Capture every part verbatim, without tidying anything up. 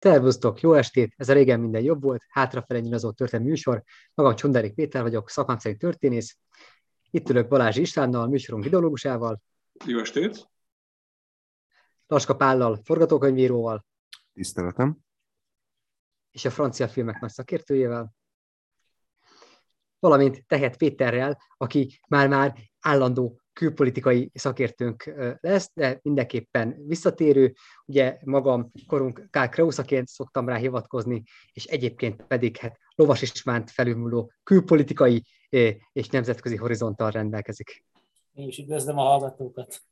Szervusztok, jó estét! Ez a régen minden jobb volt, hátrafelé nyilazó történelmi műsor. Magam Csonderik Péter vagyok, szakmám szerint történész. Itt ülök Balázs Istvánnal, műsorunk ideológusával. Jó estét! Laska Pállal, forgatókönyvíróval. Tiszteletem. És a francia filmek nagy szakértőjével. Valamint Tehet Péterrel, aki már-már állandó külpolitikai szakértőnk lesz, de mindenképpen visszatérő. Ugye magam korunk Karl Krauszaként szoktam rá hivatkozni, és egyébként pedig hát Lovas Istvánt felülmúló külpolitikai és nemzetközi horizonttal rendelkezik. Én is üdvözlöm a hallgatókat.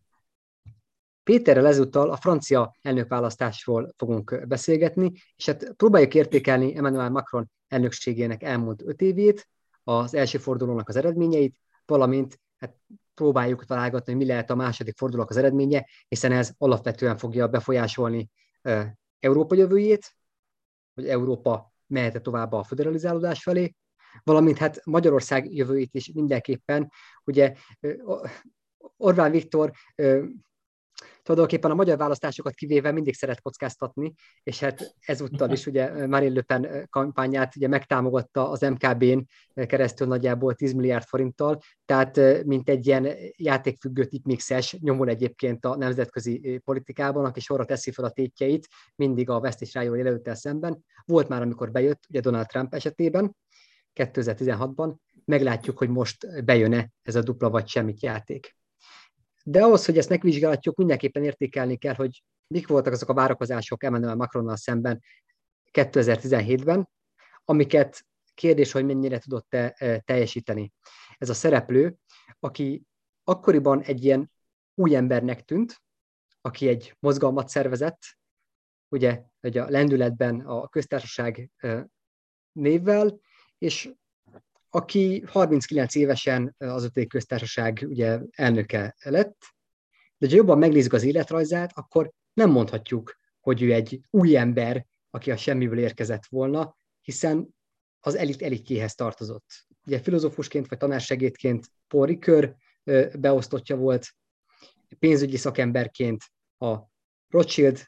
Péterrel ezúttal a francia elnökválasztásról fogunk beszélgetni, és hát próbáljuk értékelni Emmanuel Macron elnökségének elmúlt öt évét, az első fordulónak az eredményeit, valamint hát próbáljuk találgatni, hogy mi lehet a második fordulónak az eredménye, hiszen ez alapvetően fogja befolyásolni uh, Európa jövőjét, hogy Európa mehet tovább a föderalizálódás felé, valamint hát Magyarország jövőjét is mindenképpen. Ugye uh, Orbán Viktor uh, tulajdonképpen a magyar választásokat kivéve mindig szeret kockáztatni, és hát ezúttal is ugye Marine Le Pen kampányát ugye megtámogatta az em ká bé-n keresztül nagyjából tíz milliárd forinttal, tehát mint egy ilyen játékfüggő tipmixes nyomul egyébként a nemzetközi politikában, aki sorra teszi fel a tétjeit, mindig a vesztés rájól jelölttel szemben. Volt már, amikor bejött, ugye Donald Trump esetében, kétezer-tizenhatban, meglátjuk, hogy most bejön-e ez a dupla vagy semmit játék. De ahhoz, hogy ezt megvizsgálhatjuk, mindenképpen értékelni kell, hogy mik voltak azok a várakozások Emmanuel Macronnal szemben kétezer-tizenhétben, amiket kérdés, hogy mennyire tudott te teljesíteni. Ez a szereplő, aki akkoriban egy ilyen új embernek tűnt, aki egy mozgalmat szervezett, ugye, ugye a lendületben a köztársaság névvel, és aki harminckilenc évesen az ötödik köztársaság ugye, elnöke lett, de ha jobban megnézzük az életrajzát, akkor nem mondhatjuk, hogy ő egy új ember, aki a semmiből érkezett volna, hiszen az elit elitjéhez tartozott. Ugye filozófusként vagy tanársegédként Paul Ricoeur beosztottja volt, pénzügyi szakemberként a Rothschild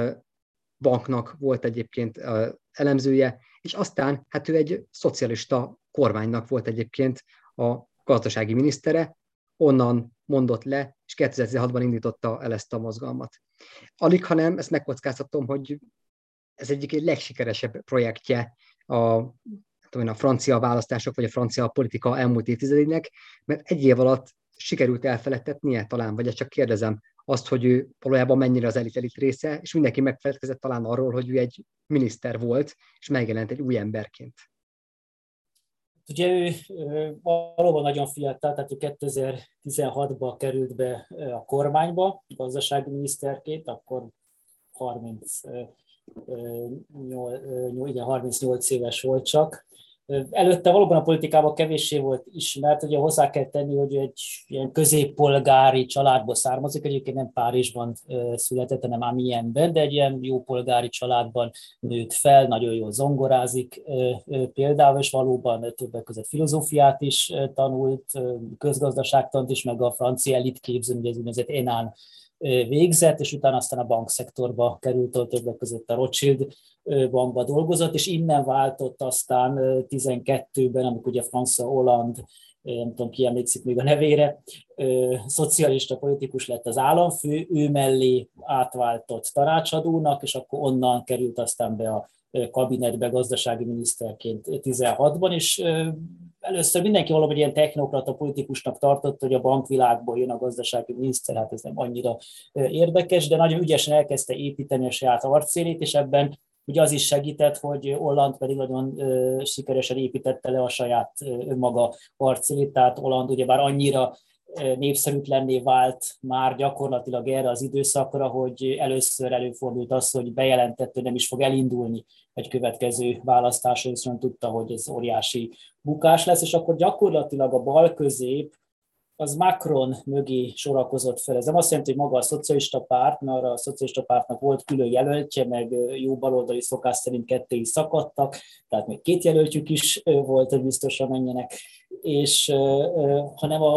banknak volt egyébként elemzője, és aztán hát ő egy szocialista kormánynak volt egyébként a gazdasági minisztere, onnan mondott le, és kétezer-tizenhatban indította el ezt a mozgalmat. Alig, ha nem, ezt megkockáztatom, hogy ez egyik egy legsikeresebb projektje a, a francia választások, vagy a francia politika elmúlt évtizedének, mert egy év alatt sikerült elfeledtetnie talán, vagy csak kérdezem azt, hogy ő valójában mennyire az elit-elit része, és mindenki megfelelkezett talán arról, hogy ő egy miniszter volt, és megjelent egy új emberként. Ugye ő valóban nagyon fiatal, tehát ő kétezer-tizenhatban került be a kormányba, gazdasági miniszterként, akkor harmincnyolc éves volt csak. Előtte valóban a politikában kevéssé volt ismert, ugye hozzá kell tenni, hogy egy ilyen középpolgári családból származik, egyébként nem Párizsban született, hanem Amiensben, de egy ilyen jó polgári családban nőtt fel, nagyon jól zongorázik például, és valóban többek között filozófiát is tanult, közgazdaságtant is, meg a francia elitképzőn, ugye ez úgynevezett ENAN végzett, és utána aztán a bankszektorba került, többek között a Rothschild bankba dolgozott, és innen váltott aztán tizenkettőben, amikor ugye François Hollande, nem tudom, ki emlékszik még a nevére, szocialista politikus lett az államfő, ő mellé átváltott tanácsadónak, és akkor onnan került aztán be a kabinetbe gazdasági miniszterként tizenhatban, és először mindenki valahogy ilyen technokrata politikusnak tartott, hogy a bankvilágból jön a gazdasági miniszter, hát ez nem annyira érdekes, de nagyon ügyesen elkezdte építeni a saját arcélét, és ebben ugye az is segített, hogy Hollande pedig nagyon sikeresen építette le a saját önmaga arcélét, tehát Hollande ugyebár annyira népszerűtlenné vált már gyakorlatilag erre az időszakra, hogy először előfordult az, hogy bejelentett, hogy nem is fog elindulni egy következő választáson, hiszen tudta, hogy ez óriási bukás lesz, és akkor gyakorlatilag a bal-közép az Macron mögé sorakozott fel. Ez nem azt jelenti, hogy maga a szocialista párt, mert a szocialista pártnak volt külön jelöltje, meg jó baloldali szokás szerint ketté is szakadtak, tehát még két jelöltjük is volt, hogy biztosan menjenek, és hanem a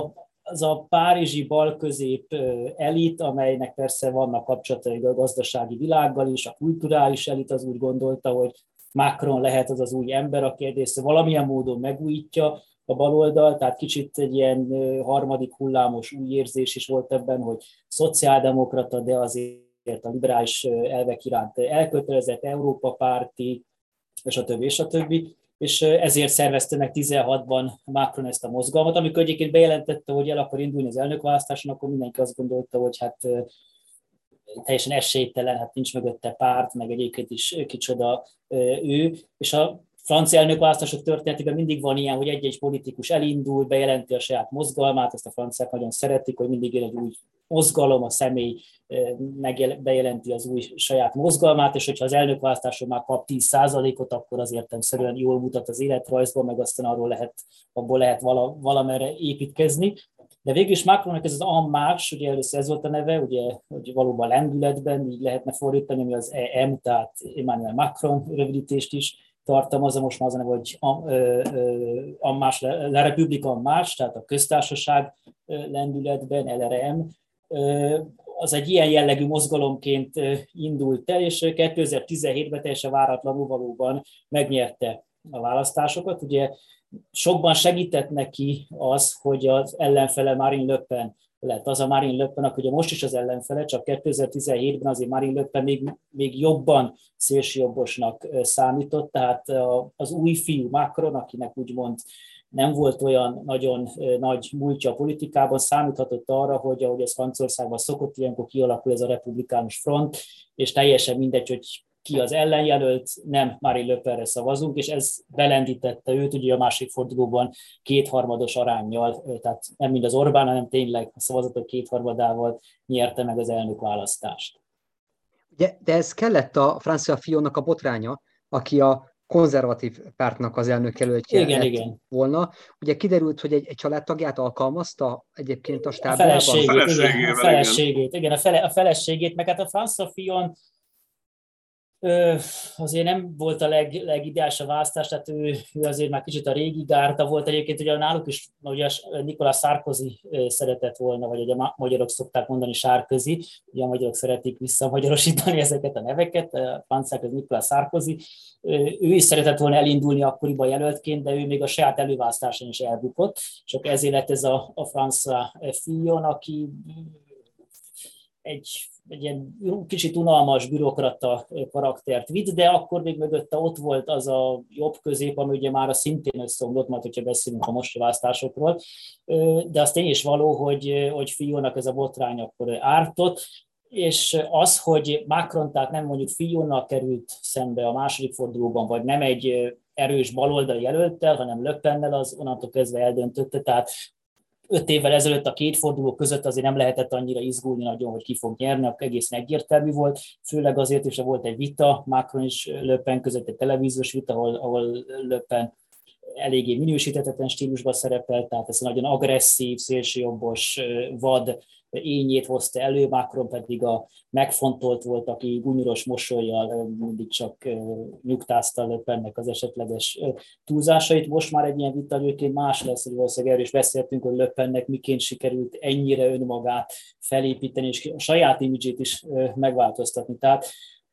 az a párizsi balközép elit, amelynek persze vannak kapcsolatai a gazdasági világgal is, a kulturális elit az úgy gondolta, hogy Macron lehet az az új ember, aki egyrészt valamilyen módon megújítja a baloldal, tehát kicsit egy ilyen harmadik hullámos új érzés is volt ebben, hogy szociáldemokrata, de azért a liberális elvek iránt elkötelezett, Európa párti, és a többi, és a többi. És ezért szervezte meg tizenhatban Macron ezt a mozgalmat, amikor egyébként bejelentette, hogy el akar indulni az elnökválasztáson, akkor mindenki azt gondolta, hogy hát teljesen esélytelen, hát nincs mögötte párt, meg egyébként is kicsoda ő, és a francia elnökválasztások történetében mindig van ilyen, hogy egy-egy politikus elindul, bejelenti a saját mozgalmát, ezt a franciák nagyon szeretik, hogy mindig egy új mozgalom, a személy bejelenti az új saját mozgalmát, és hogyha az elnökválasztáson már kap tíz százalékot, akkor az értelemszerűen jól mutat az életrajzban, meg aztán arról lehet, abból lehet vala, valamerre építkezni. De végül is Macronnak ez az En Marche, ugye először ez volt a neve, ugye, hogy valóban lendületben, így lehetne fordítani, ami az E M, tehát Emmanuel Macron rövidítést is tartalmazza, most már az a neve, hogy En Marche, La République En Marche, tehát a köztársaság lendületben, L R M. Az egy ilyen jellegű mozgalomként indult el, és kétezer-tizenhétben teljesen váratlanul valóban megnyerte a választásokat. Ugye sokban segített neki az, hogy az ellenfele Marine Le Pen lett. Az a Marine Le Pen, aki ugye most is az ellenfele, csak kétezer-tizenhétben azért Marine Le Pen még, még jobban szélsőjobbosnak számított, tehát az új fiú Macron, akinek úgymond nem volt olyan nagyon nagy múltja a politikában, számíthatott arra, hogy ahogy ez Franciaországban szokott, ilyenkor kialakul ez a republikánus front, és teljesen mindegy, hogy ki az ellenjelölt, nem Marine Le Penre szavazunk, és ez belendítette őt ugye a másik fordulóban kétharmados aránnyal, tehát nem mind az Orbán, hanem tényleg a szavazatok kétharmadával nyerte meg az elnökválasztást. Ugye, de ez kellett a François Fillonnak a botránya, aki a konzervatív pártnak az elnökjelöltje igen, lett igen. volna. Ugye kiderült, hogy egy, egy családtagját alkalmazta egyébként a stábjában. A feleségét, igen, a feleségét, igen, a, fele, a feleségét, meg hát a François Fillon azért nem volt a leg, legideális a választás, tehát ő, ő azért már kicsit a régi gárda volt. Egyébként ugye náluk is ugye Nicolas Sarkozy szeretett volna, vagy ugye a magyarok szokták mondani Sárközi, ugye a magyarok szeretik visszamagyarosítani ezeket a neveket, a franciák az Nicolas Sarkozy. Ő is szeretett volna elindulni akkoriban jelöltként, de ő még a saját előválasztáson is elbukott, csak ezért lett ez a, a François Fillon, aki egy egy ilyen kicsit unalmas bürokrata karaktert vitt, de akkor még mögötte ott volt az a jobb közép, ami ugye már a szintén összeomlott, majd hogyha beszélünk a mostani választásokról, de az tény is való, hogy, hogy Fillonnak ez a botrány akkor ártott, és az, hogy Macron, tehát nem mondjuk Fillonnal került szembe a második fordulóban, vagy nem egy erős baloldali jelölttel, hanem Le Pennel, az onnantól kezdve eldöntötte, tehát öt évvel ezelőtt a két forduló között azért nem lehetett annyira izgulni nagyon, hogy ki fog nyerni, akkor egészen egyértelmű volt, főleg azért is, volt egy vita, Macron és Le Pen között egy televíziós vita, ahol, ahol Le Pen eléggé minősíthetetlen stílusban szerepelt, tehát ez nagyon agresszív, szélsőjobbos, vad ényét hozta elő, Macron pedig a megfontolt volt, aki gúnyoros mosollyal mindig csak nyugtázta Le Pennek az esetleges túlzásait. Most már egy ilyen vita egyébként más lesz, hogy valószínűleg erről is beszéltünk, hogy Le Pennek miként sikerült ennyire önmagát felépíteni, és a saját imidzsét is megváltoztatni. Tehát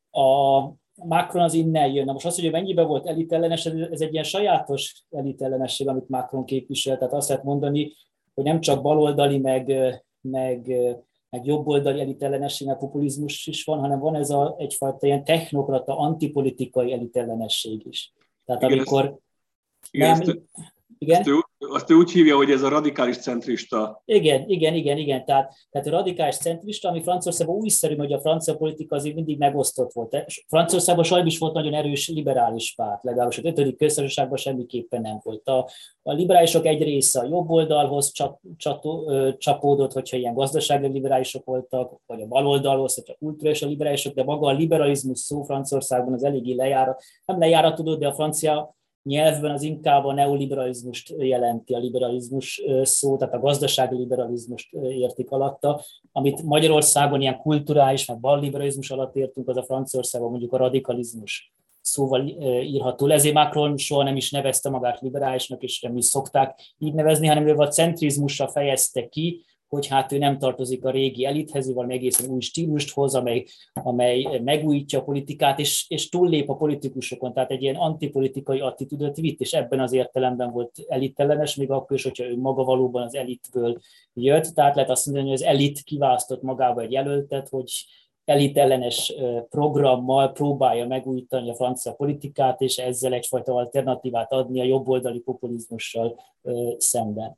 a Macron az innen jön. Na most az, hogy mennyiben volt elitellenes, ez egy ilyen sajátos elitellenesség, amit Macron képvisel. Tehát azt lehet mondani, hogy nem csak baloldali, meg, meg, meg jobboldali elitellenesség, meg populizmus is van, hanem van ez a, egyfajta ilyen technokrata, antipolitikai elitellenesség is. Tehát igen, amikor... Ezt, igen, nem, ezt, igen? Ezt ő, azt ő úgy hívja, hogy ez a radikális centrista. Igen, igen, igen, igen. Tehát, tehát a radikális centrista, ami Franciaországban újszerű, hogy a francia politika azért mindig megosztott volt. Franciaországban sajnos volt nagyon erős liberális párt, legalábbis az ötödik köztársaságban semmiképpen nem volt. A, a liberálisok egy része a jobb oldalhoz csap, csató, csapódott, hogyha ilyen gazdasági liberálisok voltak, vagy a bal oldalhoz, hogyha kulturális a liberálisok, de maga a liberalizmus szó Franciaországban az eléggé lejárat, nem lejáratodott, de a francia nyelvben az inkább a neoliberalizmust jelenti, a liberalizmus szó, tehát a gazdasági liberalizmust értik alatta, amit Magyarországon ilyen kulturális, meg balliberalizmus alatt értünk, az a Franciaországban mondjuk a radikalizmus szóval írható le. Ezért Macron soha nem is nevezte magát liberálisnak, és nem is szokták így nevezni, hanem ő a centrizmusra fejezte ki, hogy hát ő nem tartozik a régi elithez, ő valami egészen új stílust hoz, amely, amely megújítja a politikát, és, és túllép a politikusokon, tehát egy ilyen antipolitikai attitűdöt vitt, és ebben az értelemben volt elitellenes, még akkor is, hogyha ő maga valóban az elitből jött, tehát lehet azt mondani, hogy az elit kiválasztott magába egy jelöltet, hogy elitellenes programmal próbálja megújítani a francia politikát, és ezzel egyfajta alternatívát adni a jobboldali populizmussal szemben.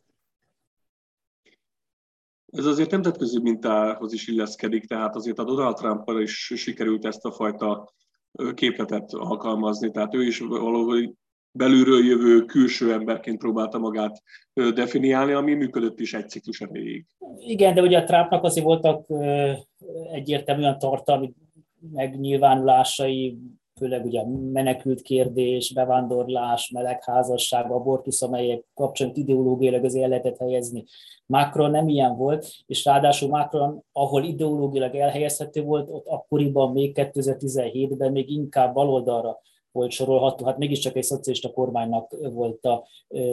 Ez azért nemzetközi mintához is illeszkedik, tehát azért a Donald Trump-ra is sikerült ezt a fajta képletet alkalmazni, tehát ő is valahogy belülről jövő külső emberként próbálta magát definiálni, ami működött is egy ciklus erejéig. Igen, de ugye a Trumpnak azért voltak egyértelműen tartalmi megnyilvánulásai, főleg ugye menekült kérdés, bevándorlás, melegházasság, abortusz, amelyek kapcsolatban ideológiailag azért el lehetett helyezni. Macron nem ilyen volt, és ráadásul Macron, ahol ideológiailag elhelyezhető volt, ott akkoriban még kétezer-tizenhétben még inkább baloldalra volt sorolható, hát mégiscsak egy szocialista kormánynak volt a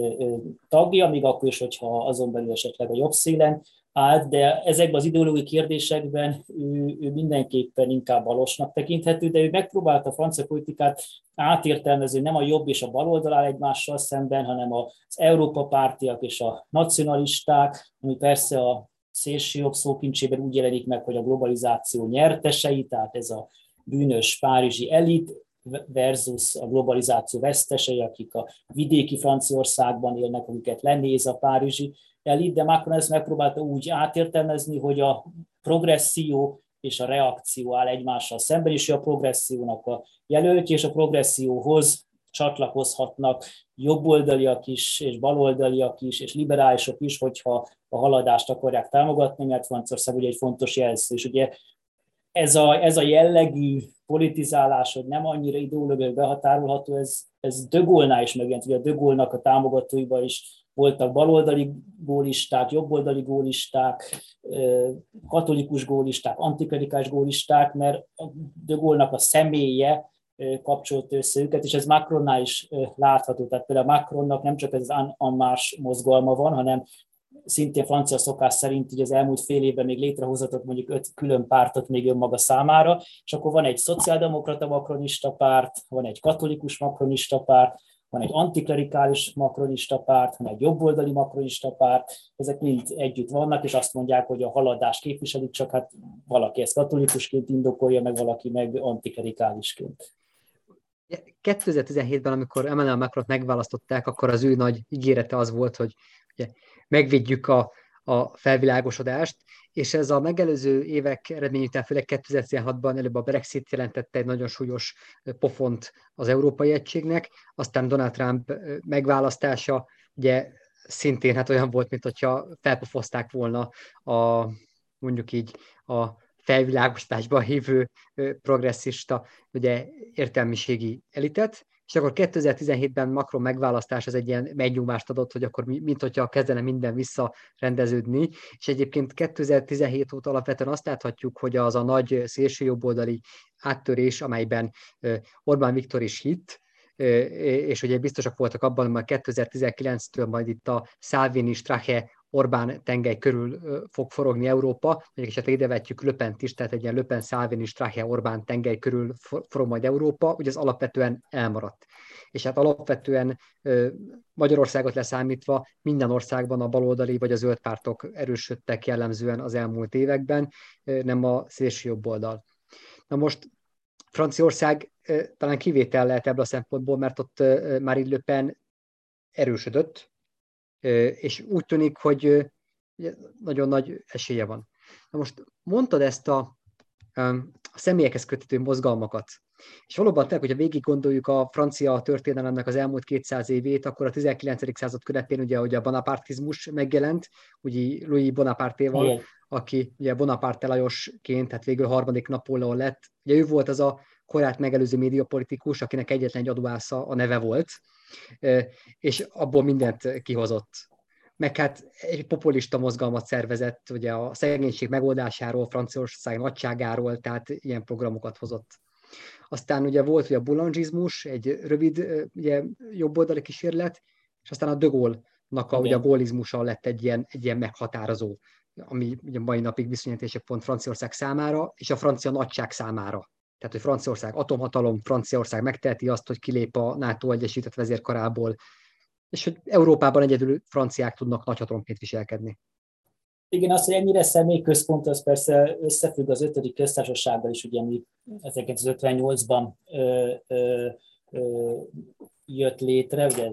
tagja, még akkor is, hogyha azon belül esetleg a jobb szélen állt, de ezekben az ideológiai kérdésekben ő, ő mindenképpen inkább balosnak tekinthető, de ő megpróbálta a francia politikát átértelmezni, nem a jobb és a baloldal áll egymással szemben, hanem az Európa pártiak és a nacionalisták, ami persze a szélsőjobb szókincsében úgy jelenik meg, hogy a globalizáció nyertesei, tehát ez a bűnös párizsi elit, versus a globalizáció vesztesei, akik a vidéki Franciaországban élnek, amiket lenéz a párizsi elit, de Macron ezt megpróbálta úgy átértelmezni, hogy a progresszió és a reakció áll egymással szemben, és a progressziónak a jelöltje, és a progresszióhoz csatlakozhatnak jobboldaliak is, és baloldaliak is, és liberálisok is, hogyha a haladást akarják támogatni, mert Franciaország ugye egy fontos jelző, és ugye ez a, ez a jellegű politizálás, hogy nem annyira ideológiai behatárolható, ez, ez de Gaulle-nál is megjelent, ugye a de Gaulle-nak a támogatóiban is voltak baloldali gólisták, jobboldali gólisták, katolikus gólisták, antiklerikális gólisták, mert a de Gaulle-nak a személye kapcsolt össze őket, és ez Macronnál is látható. Tehát például Macronnak nem csak ez az En Marche mozgalma van, hanem szintén francia szokás szerint így az elmúlt fél évben még létrehozatott mondjuk öt külön pártot még önmaga számára, és akkor van egy szociáldemokrata makronista párt, van egy katolikus makronista párt, van egy antiklerikális makronista párt, van egy jobboldali makronista párt, ezek mind együtt vannak, és azt mondják, hogy a haladást képviselik, csak hát valaki ezt katolikusként indokolja, meg valaki meg antiklerikálisként. kétezer-tizenhétben, amikor Emmanuel Macront megválasztották, akkor az ő nagy ígérete az volt, hogy ugye, megvédjük a, a felvilágosodást, és ez a megelőző évek eredmény után, főleg kétezer-tizenhatban előbb a Brexit jelentette egy nagyon súlyos pofont az európai egységnek, aztán Donald Trump megválasztása ugye szintén hát olyan volt, mint hogyha felpofozták volna a, mondjuk így a felvilágosításban hívő progresszista ugye, értelmiségi elitet, és akkor kétezer-tizenhétben Macron megválasztás az egy ilyen megnyugvást adott, hogy akkor mint hogyha kezdene minden visszarendeződni, és egyébként kétezer-tizenhét óta alapvetően azt láthatjuk, hogy az a nagy szélsőjobboldali áttörés, amelyben Orbán Viktor is hitt, és ugye biztosak voltak abban, hogy kétezer-tizenkilenctől majd itt a Salvini-Strache Orbán tengely körül fog forogni Európa, és esetleg ide vetjük Le Pent is, tehát egy ilyen Le Pen, Salvini, Strache, Orbán tengely körül forog majd Európa, ugye az alapvetően elmaradt. És hát alapvetően Magyarországot leszámítva minden országban a baloldali vagy a zöld pártok erősödtek jellemzően az elmúlt években, nem a szélső jobb oldal. Na most Franciaország talán kivétel lehet ebből a szempontból, mert ott Marine Le Pen erősödött, és úgy tűnik, hogy nagyon nagy esélye van. Na most mondtad ezt a, a személyekhez köthető mozgalmakat, és valóban tényleg, hogyha végig gondoljuk a francia történelemnek az elmúlt kétszáz évét, akkor a tizenkilencedik század közepén ugye, ugye a bonapartizmus megjelent, ugye Louis Bonaparte-val, igen, aki ugye Bonaparte Lajosként, tehát végül harmadik Napóleon lett. Ugye ő volt az a korát megelőző médiapolitikus, akinek egyetlen egy adóásza a neve volt, és abból mindent kihozott. Meg hát egy populista mozgalmat szervezett, ugye a szegénység megoldásáról, Franciaország nagyságáról, tehát ilyen programokat hozott. Aztán ugye volt ugye a boulangizmus, egy rövid ugye, jobboldali kísérlet, és aztán a de Gaulle-nak a, ugye, a gaullizmusa lett egy ilyen, egy ilyen meghatározó, ami ugye mai napig viszonyítések pont Franciaország számára, és a francia nagyság számára. Tehát, hogy Franciaország atomhatalom, Franciaország megteheti azt, hogy kilép a NATO egyesített vezérkarából, és hogy Európában egyedül franciák tudnak nagyhatalomként viselkedni. Igen, az, hogy ennyire személyközpont, az persze összefügg az ötödik köztársasággal is, ugye mi ezerkilencszázötvennyolcban ö, ö, ö, jött létre, ugye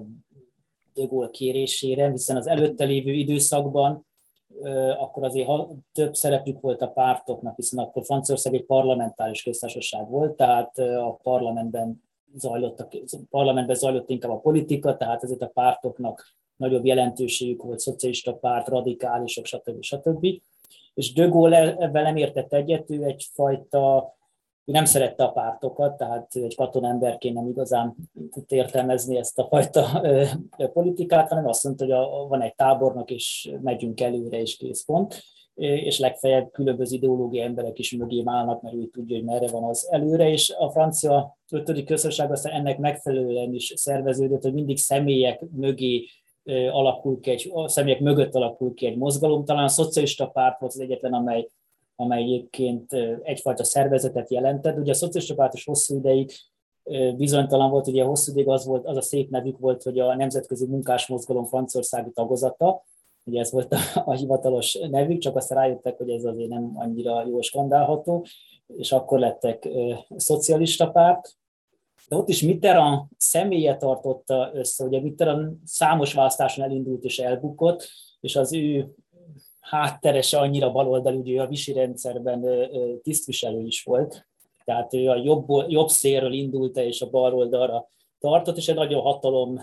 de Gaulle kérésére, hiszen az előtte lévő időszakban ö, akkor azért ha több szerepük volt a pártoknak, hiszen akkor Franciaország egy parlamentáris köztársaság volt, tehát a parlamentben zajlott, a parlamentben zajlott inkább a politika, tehát ezért a pártoknak nagyobb jelentőségük volt, szocialista párt, radikálisok, stb. stb. És de Gaulle ebben nem értett egyet, ő egyfajta, ő nem szerette a pártokat, tehát egy katonemberként nem igazán tudta értelmezni ezt a fajta politikát, hanem azt mondta, hogy a, van egy tábornok, és megyünk előre, és kész pont. És legfeljebb különböző ideológiai emberek is mögé állnak, mert ő tudja, hogy merre van az előre, és a francia ötödik köztársaság aztán ennek megfelelően is szerveződött, hogy mindig személyek mögé alakul ki, egy, a személyek mögött alakul ki egy mozgalom. Talán a szocialista párt volt az egyetlen, amely, amely egyébként egyfajta szervezetet jelentett. Ugye a szocialista párt is hosszú ideig bizonytalan volt, ugye hosszú ideig az, volt, az a szép nevük volt, hogy a Nemzetközi Munkásmozgalom franciaországi tagozata. Ugye ez volt a, a hivatalos nevük, csak aztán rájöttek, hogy ez azért nem annyira jól skandálható, és akkor lettek ö, szocialista párt. De ott is Mitterrand személye tartotta össze, ugye Mitterrand számos választáson elindult és elbukott, és az ő hátterese annyira baloldali, ugye ő a Vichy rendszerben tisztviselő is volt, tehát ő a jobb, jobb szélről indult és a bal oldalra tartott, és egy nagyon hatalom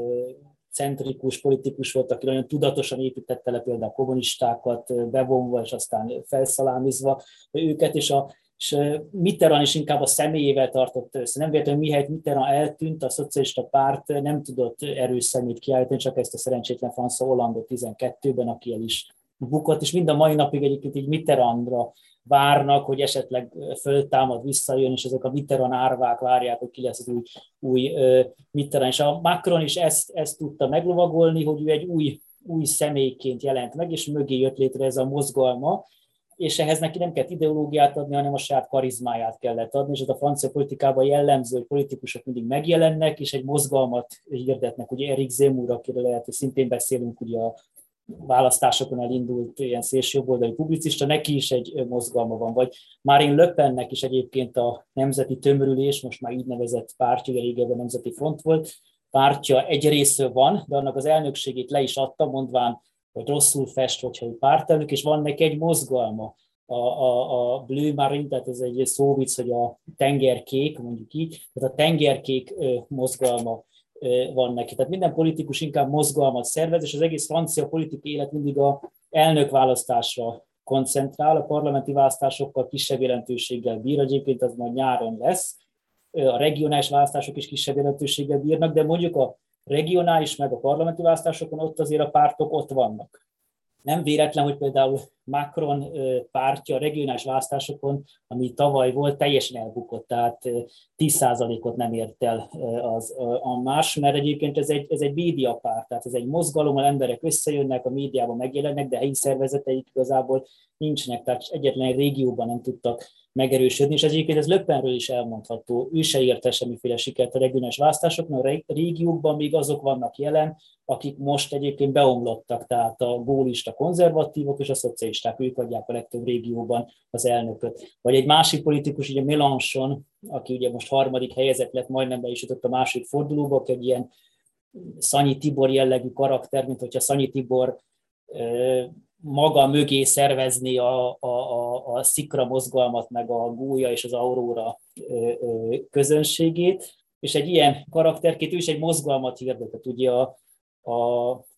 centrikus politikus volt, aki nagyon tudatosan építette le például a kommunistákat, bevonva és aztán felszalámizva őket, és a és Mitterrand is inkább a személyével tartott össze. Nem véletlenül, mihelyt Mitterrand eltűnt, a szocialista párt nem tudott erős szemét kiállítani, csak ezt a szerencsétlen François Hollandot tizenkettőben, aki el is bukott, és mind a mai napig egyébként így Mitterrandra várnak, hogy esetleg föltámad, visszajön, és ezek a Mitterrand árvák várják, hogy ki lesz az új, új uh, Mitterrand. És a Macron is ezt, ezt tudta meglovagolni, hogy ő egy új, új személyként jelent meg, és mögé jött létre ez a mozgalma, és ehhez neki nem kellett ideológiát adni, hanem a saját karizmáját kellett adni, és ez a francia politikában jellemző, hogy politikusok mindig megjelennek, és egy mozgalmat hirdetnek. Ugye Éric Zemmour, akiről lehet, hogy szintén beszélünk, ugye a választásokon elindult ilyen szélsőjobboldali publicista, neki is egy mozgalma van, vagy Marine Le Pennek is egyébként a Nemzeti Tömörülés, most már így nevezett pártja, ugye régebben Nemzeti Front volt, pártja egy részről van, de annak az elnökségét le is adta, mondván, hogy rosszul fest, hogyha ő pártelnök, és van neki egy mozgalma, a, a, a Bleu Marine, tehát ez egy szóvic, hogy a tengerkék, mondjuk így, tehát a tengerkék mozgalma van neki. Tehát minden politikus inkább mozgalmat szervez, és az egész francia politikai élet mindig a elnökválasztásra koncentrál, a parlamenti választásokkal kisebb jelentőséggel bír, egyébként az majd nyáron lesz, a regionális választások is kisebb jelentőséggel bírnak, de mondjuk a regionális meg a parlamenti választásokon ott azért a pártok ott vannak. Nem véletlen, hogy például Macron pártja a regionális választásokon, ami tavaly volt, teljesen elbukott, tehát tíz százalékot nem ért el az, a más, mert egyébként ez egy, ez egy médiapárt, tehát ez egy mozgalom, ahol emberek összejönnek, a médiában megjelennek, de helyi szervezeteik igazából nincsenek, tehát egyetlen egy régióban nem tudtak megerősödni, és egyébként ez Le Penről is elmondható. Ő se érte semmiféle sikert a regionális választásoknak, a régiókban még azok vannak jelen, akik most egyébként beomlottak, tehát a gaullista konzervatívok és a szocialisták, ők adják a legtöbb régióban az elnököt. Vagy egy másik politikus, ugye Mélenchon, aki ugye most harmadik helyezett lett, majdnem be is jutott a másik fordulóba, egy ilyen Szanyi Tibor jellegű karakter, mint hogyha Szanyi Tibor maga mögé szervezni a, a, a, a szikra mozgalmat, meg a Gólya és az Aurora közönségét, és egy ilyen karakterként ő is egy mozgalmat hirdetett. Ugye a, a, a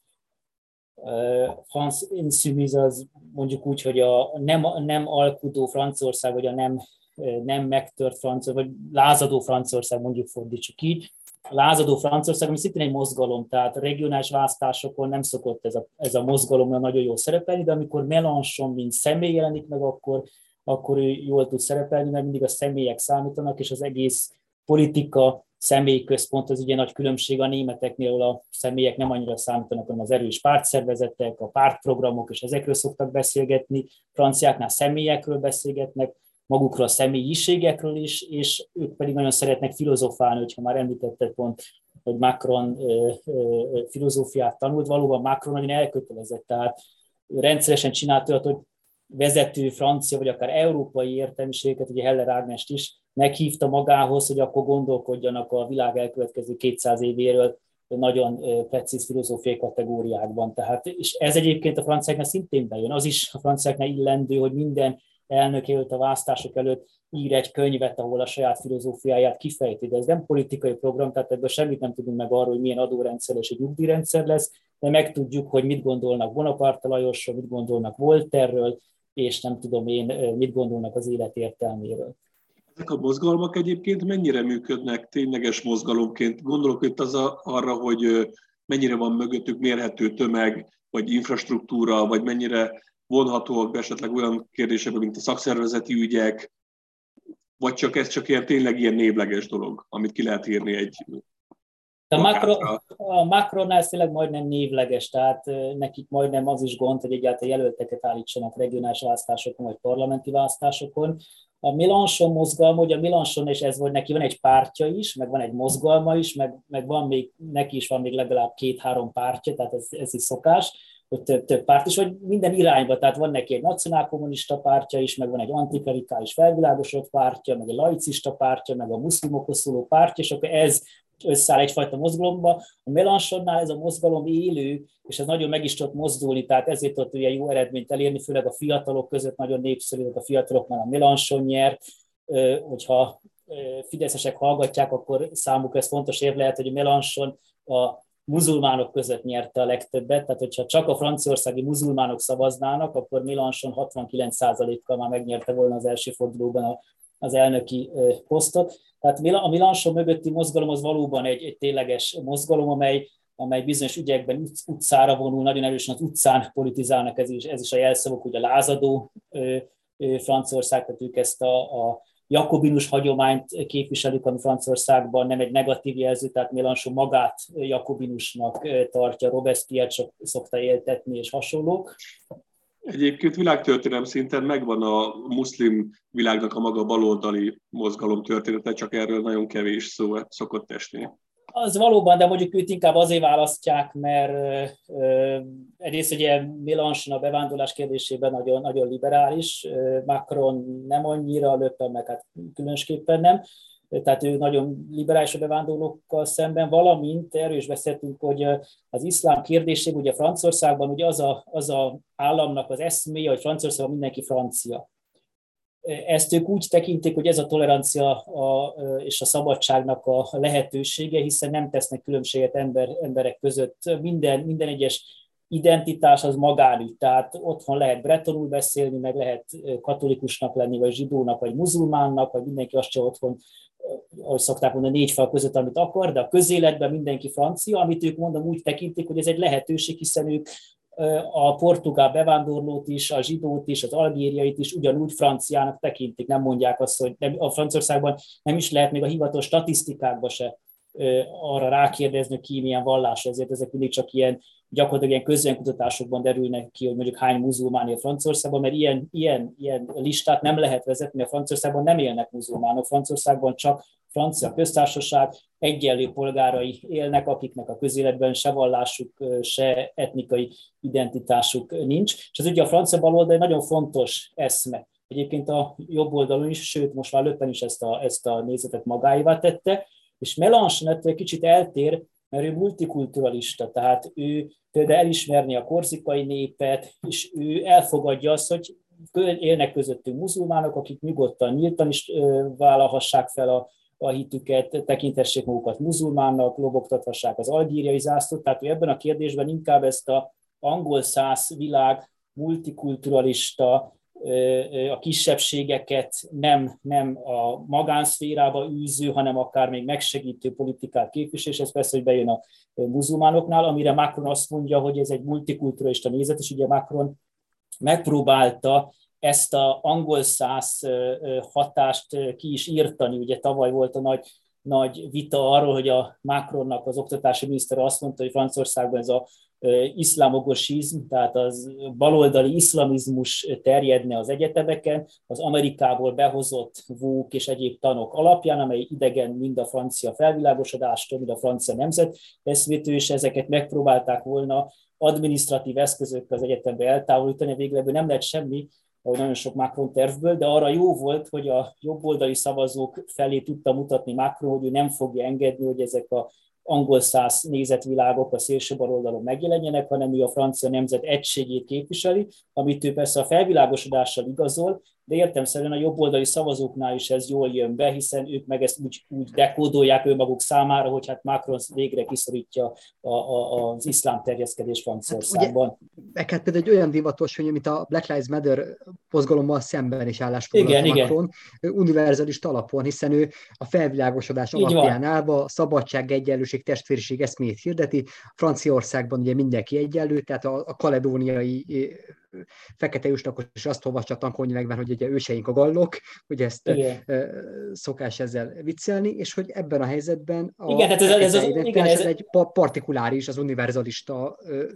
France Insoumise az mondjuk úgy, hogy a nem, nem alkudó Franciaország, vagy a nem, nem megtört Franciaország, vagy lázadó Franciaország, mondjuk fordítsuk így, a lázadó Franciaország, ami szintén egy mozgalom, tehát a regionális választásokon nem szokott ez a, ez a mozgalom nagyon jól szerepelni, de amikor Mélenchon mint személy jelenik meg, akkor, akkor ő jól tud szerepelni, mert mindig a személyek számítanak, és az egész politika személyközpont, az ugye nagy különbség a németeknél, ahol a személyek nem annyira számítanak, hanem az erős pártszervezetek, a pártprogramok, és ezekről szoktak beszélgetni, franciáknál személyekről beszélgetnek, magukról a személyiségekről is, és ők pedig nagyon szeretnek filozofálni, hogyha már említetted pont, hogy Macron ö, ö, filozófiát tanult, valóban Macron nagyon elkötelezett, tehát rendszeresen csinált olyat, hogy vezető francia, vagy akár európai értelmiségeket, ugye Heller Ágnest is meghívta magához, hogy akkor gondolkodjanak a világ elkövetkező kétszáz évéről nagyon precíz filozófiai kategóriákban. Tehát, és ez egyébként a franciáknál szintén bejön. Az is a franciáknál illendő, hogy minden elnök előtt a választások előtt ír egy könyvet, ahol a saját filozófiáját kifejti, de ez nem politikai program, tehát ebből semmit nem tudunk meg arról, hogy milyen adórendszer és egy nyugdíjrendszer lesz, de megtudjuk, hogy mit gondolnak Bonaparte Lajosról, mit gondolnak Voltaire-ről, és nem tudom én, mit gondolnak az élet értelméről. Ezek a mozgalmak egyébként mennyire működnek tényleges mozgalomként? Gondolok itt az a, arra, hogy mennyire van mögöttük mérhető tömeg, vagy infrastruktúra, vagy mennyire vonhatóak be esetleg olyan kérdésekbe, mint a szakszervezeti ügyek, vagy csak ez csak ilyen tényleg ilyen névleges dolog, amit ki lehet írni egy A, Macron, a Macronnál ez tényleg majdnem névleges, tehát nekik majdnem az is gond, hogy egyáltalán jelölteket állítsanak regionális választásokon, vagy parlamenti választásokon. A Mélenchon mozgalma, hogy a Mélenchon, és ez volt, neki van egy pártja is, meg van egy mozgalma is, meg, meg van még, neki is van még legalább két-három pártja, tehát ez, ez is szokás, hogy több, több párt is, hogy minden irányba, tehát van neki egy nacionálkommunista pártja is, meg van egy antiklerikális felvilágosodott pártja, meg egy laicista pártja, meg a muszlimokhoz szóló pártja, és akkor ez összeáll egyfajta mozgalomba. A Mélenchonnál ez a mozgalom élő, és ez nagyon meg is tudott mozdulni, tehát ezért tudott ugye jó eredményt elérni, főleg a fiatalok között nagyon népszerű, a fiataloknál a Mélenchon nyert, hogyha fideszesek hallgatják, akkor számukra ez fontos év lehet, hogy a Mélenchon a muzulmánok között nyerte a legtöbbet, tehát hogyha csak a franciaországi muzulmánok szavaznának, akkor Mélenchon hatvankilenc százalékkal már megnyerte volna az első fordulóban az elnöki posztot. Tehát a Mélenchon mögötti mozgalom az valóban egy, egy tényleges mozgalom, amely, amely bizonyos ügyekben utcára vonul, nagyon erősen az utcán politizálnak, ez is, ez is a jelszavuk, hogy a lázadó Franciaország, tehát ők ezt a, a jakobinus hagyományt képviselik, ami Franciaországban nem egy negatív jelző, tehát Mélenchon magát jakobinusnak tartja, Robespierre szokta éltetni és hasonlók. Egyébként világtörténelem szinten megvan a muszlim világnak a maga baloldali mozgalom története, csak erről nagyon kevés szó szokott esni. Az valóban, de mondjuk őt inkább azért választják, mert uh, egyrészt ugye Mélenchon a bevándorlás kérdésében nagyon, nagyon liberális, uh, Macron nem annyira, Le Pen meg hát különösképpen nem, tehát ő nagyon liberális a bevándorlókkal szemben, valamint erről is beszéltünk, hogy az iszlám kérdésében ugye Franciaországban ugye az a, az a államnak az eszméje, hogy Franciaországban mindenki francia. Ezt ők úgy tekintik, hogy ez a tolerancia a, és a szabadságnak a lehetősége, hiszen nem tesznek különbséget ember, emberek között. Minden, minden egyes identitás az magánügy, tehát otthon lehet bretonul beszélni, meg lehet katolikusnak lenni, vagy zsidónak, vagy muzulmánnak, vagy mindenki azt se otthon, ahogy szokták mondani, négy fal között, amit akar, de a közéletben mindenki francia, amit ők mondom úgy tekintik, hogy ez egy lehetőség, hiszen ők a portugál bevándorlót is, a zsidót is, az algériait is ugyanúgy franciának tekintik. Nem mondják azt, hogy nem, a Franciaországban nem is lehet még a hivatalos statisztikákba se arra rákérdezni, hogy ki milyen vallás, ezért ezek mindig csak ilyen gyakorlatilag ilyen közvéleménykutatásokban derülnek ki, hogy mondjuk hány muzulmán él Franciaországban, mert ilyen, ilyen, ilyen listát nem lehet vezetni, mert Franciaországban nem élnek muzulmánok, Franciaországban csak francia köztársaság egyenlő polgárai élnek, akiknek a közéletben se vallásuk, se etnikai identitásuk nincs. És ez ugye a francia baloldal egy nagyon fontos eszme. Egyébként a jobb oldalon is, sőt most már Le Pen is ezt a, ezt a nézetet magáévá tette, és Mélenchon ettől kicsit eltér, mert ő multikulturalista, tehát ő például elismerni a korzikai népet, és ő elfogadja azt, hogy élnek közöttünk muzulmánok, akik nyugodtan, nyíltan is vállalhassák fel a, a hitüket, tekintessék magukat muzulmánnak, lobogtathassák az algériai zászlót, tehát ő ebben a kérdésben inkább ezt a angol száz világ multikulturalista, a kisebbségeket nem, nem a magánszférába űző, hanem akár még megsegítő politikát képvisel, és ez persze, hogy bejön a muzulmánoknál, amire Macron azt mondja, hogy ez egy multikulturalista nézet, és ugye Macron megpróbálta ezt a angol száz hatást ki is írtani. Ugye tavaly volt a nagy, nagy vita arról, hogy a Macronnak, az oktatási miniszter azt mondta, hogy Franciaországban ez a iszlamogosizm, tehát az baloldali iszlamizmus terjedne az egyetemeken, az Amerikából behozott vók és egyéb tanok alapján, amely idegen mind a francia felvilágosodástól, mind a francia nemzeteszmétől, és ezeket megpróbálták volna adminisztratív eszközökkel az egyetembe eltávolítani, végül nem lett semmi, ahogy nagyon sok Macron tervből, de arra jó volt, hogy a jobboldali szavazók felé tudta mutatni Macron, hogy ő nem fogja engedni, hogy ezek a angol száz nézetvilágok a szélső baloldalon megjelenjenek, hanem ő a francia nemzet egységét képviseli, amit ő persze a felvilágosodással igazol, de értelemszerűen a jobboldali szavazóknál is ez jól jön be, hiszen ők meg ezt úgy, úgy dekódolják önmaguk számára, hogy hát Macron végre kiszorítja a, a, az iszlám terjeszkedés Franciaországban. Hát, hát például egy olyan divatos, hogy mint a Black Lives Matter mozgalommal szemben is állásfoglalta Macron, igen. Univerzalista alapon, hiszen ő a felvilágosodás így alapján van. állva a szabadság, egyenlőség, testvériség eszméjét hirdeti. Franciaországban ugye mindenki egyenlő, tehát a, a kaledóniai fekete ősnakos is azt olvassa a tankönyvekben, hogy ugye őseink a gallok, hogy ezt igen. szokás ezzel viccelni, és hogy ebben a helyzetben a igen, ez, ez, ez, igen, ez, ez egy partikuláris, az univerzalista.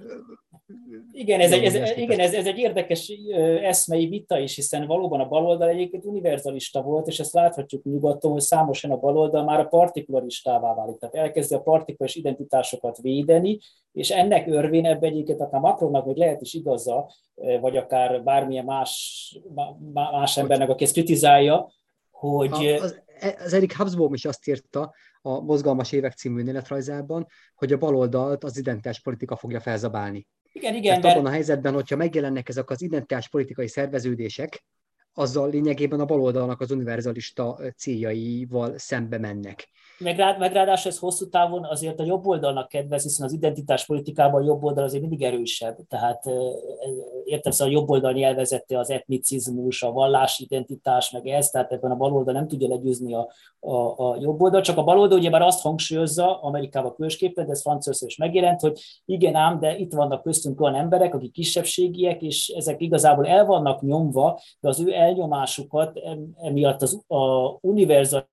Igen, ez egy, ez, igen ez, ez egy érdekes eszmei vita is, hiszen valóban a baloldal egyébként univerzalista volt, és ezt láthatjuk nyugaton, hogy számosan a baloldal már a partikularistává válik. Tehát elkezdi a partikuláris identitásokat védeni, és ennek örvén ebben egyébként akár Macronnak, hogy lehet is igaza, vagy akár bármilyen más, más embernek, aki ezt kritizálja, hogy... Az, az Erik Hobsbawm is azt írta a Mozgalmas évek című önéletrajzában, hogy a baloldalt az identitáspolitika fogja felzabálni. Igen, igen. Mert abban a helyzetben, hogyha megjelennek ezek az identitáspolitikai szerveződések, azzal lényegében a baloldalnak az univerzalista céljaival szembe mennek. Meg, rád, meg ráadásul ez hosszú távon azért a jobb oldalnak kedvez, hiszen az identitáspolitikában a jobb oldal azért mindig erősebb. Tehát értem, szóval a jobb oldal nyelvezette az etnicizmus, a vallási identitás, meg ez, tehát ebben a baloldal nem tudja legyőzni a, a, a jobb oldal, csak a baloldal ugye már azt hangsúlyozza, Amerikában különösképpen, de ez Franciaországban is megjelent, hogy igen ám, de itt vannak köztünk olyan emberek, akik kisebbségiek, és ezek igazából el vannak nyomva, de az ő elnyomásukat emiatt az a univerzal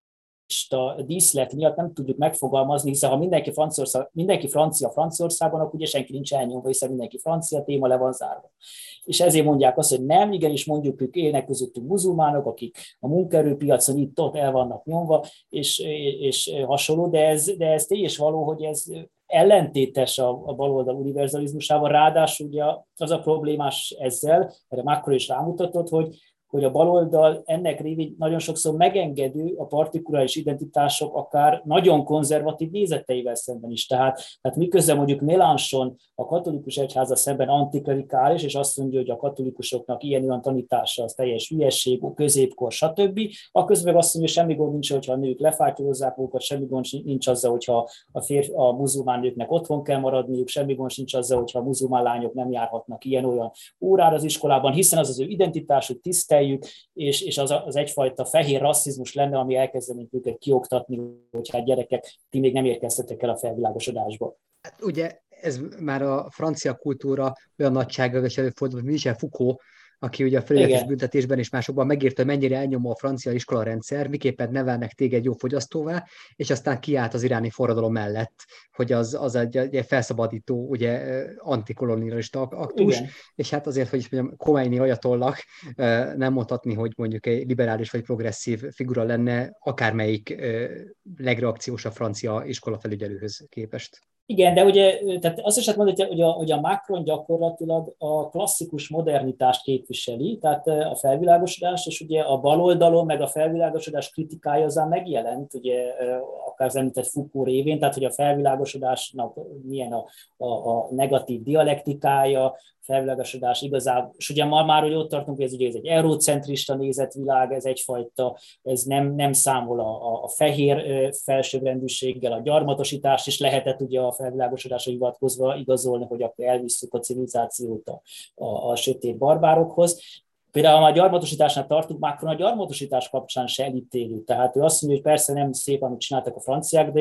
a díszlet miatt nem tudjuk megfogalmazni, hiszen ha mindenki, mindenki francia Franciaországban, akkor ugye senki nincs elnyomva, hiszen mindenki francia, téma le van zárva. És ezért mondják azt, hogy nem, igenis mondjuk ők élnek közöttük muzulmánok, akik a munkaerőpiacon itt-ott el vannak nyomva, és, és hasonló, de ez, de ez tény és való, hogy ez ellentétes a, a baloldal univerzalizmusával, ráadásul ugye az a problémás ezzel, erre Macron is rámutatott, hogy hogy a baloldal ennek révén nagyon sokszor megengedő a partikuláris identitások akár nagyon konzervatív nézeteivel szemben is. Tehát, tehát miközben mondjuk Mélenchon a katolikus egyháza szemben antiklerikális, és azt mondja, hogy a katolikusoknak ilyen-olyan tanítása az teljes hülyesség, középkor, stb. A közben azt mondja, hogy semmi gond nincs, hogyha a nők lefátyolozzák magukat, semmi gond nincs azzal, hogyha a, férfi, a muzulmán nőknek otthon kell maradniuk, semmi gond nincs azzal, hogyha a muzulmán lányok nem járhatnak ilyen-olyan órára az iskolában, hiszen az az ő identitásuk, tisztel, és, és az, az egyfajta fehér rasszizmus lenne, ami elkezdenénk őket kioktatni, hogy hát gyerekek, ti még nem érkeztetek el a felvilágosodásba. Hát ugye ez már a francia kultúra olyan nagysággal is előfordult, mint Michel Foucault, aki ugye a felületes büntetésben és másokban megírta, hogy mennyire elnyomó a francia iskolarendszer, miképpen nevelnek téged jó fogyasztóvá, és aztán kiállt az iráni forradalom mellett, hogy az, az egy, egy felszabadító, ugye antikolonialista aktus, igen. És hát azért, hogy is mondjam, Khomeini ajatollak nem mondhatni, hogy mondjuk egy liberális vagy progresszív figura lenne akármelyik legreakciósabb francia iskolafelügyelőhöz képest. Igen, de ugye tehát azt is lehet mondani, hogy a, hogy a Macron gyakorlatilag a klasszikus modernitást képviseli, tehát a felvilágosodás, és ugye a baloldalon meg a felvilágosodás kritikája azán megjelent, ugye akár az említett Foucault révén, tehát hogy a felvilágosodásnak milyen a, a, a negatív dialektikája, felvilágosodás igazából, és ugye már, már hogy ott tartunk, hogy ez, ugye ez egy eurocentrista nézetvilág, ez egyfajta, ez nem, nem számol a, a fehér felsőbbrendűséggel, a gyarmatosítást is lehetett ugye a felvilágosodásra hivatkozva igazolni, hogy akkor elvisszük a civilizációt a, a, a sötét barbárokhoz. Például, ha már gyarmatosításnál tartunk, Macron a gyarmatosítás kapcsán se elítélő. Tehát ő azt mondja, hogy persze nem szép, amit csináltak a franciák, de ő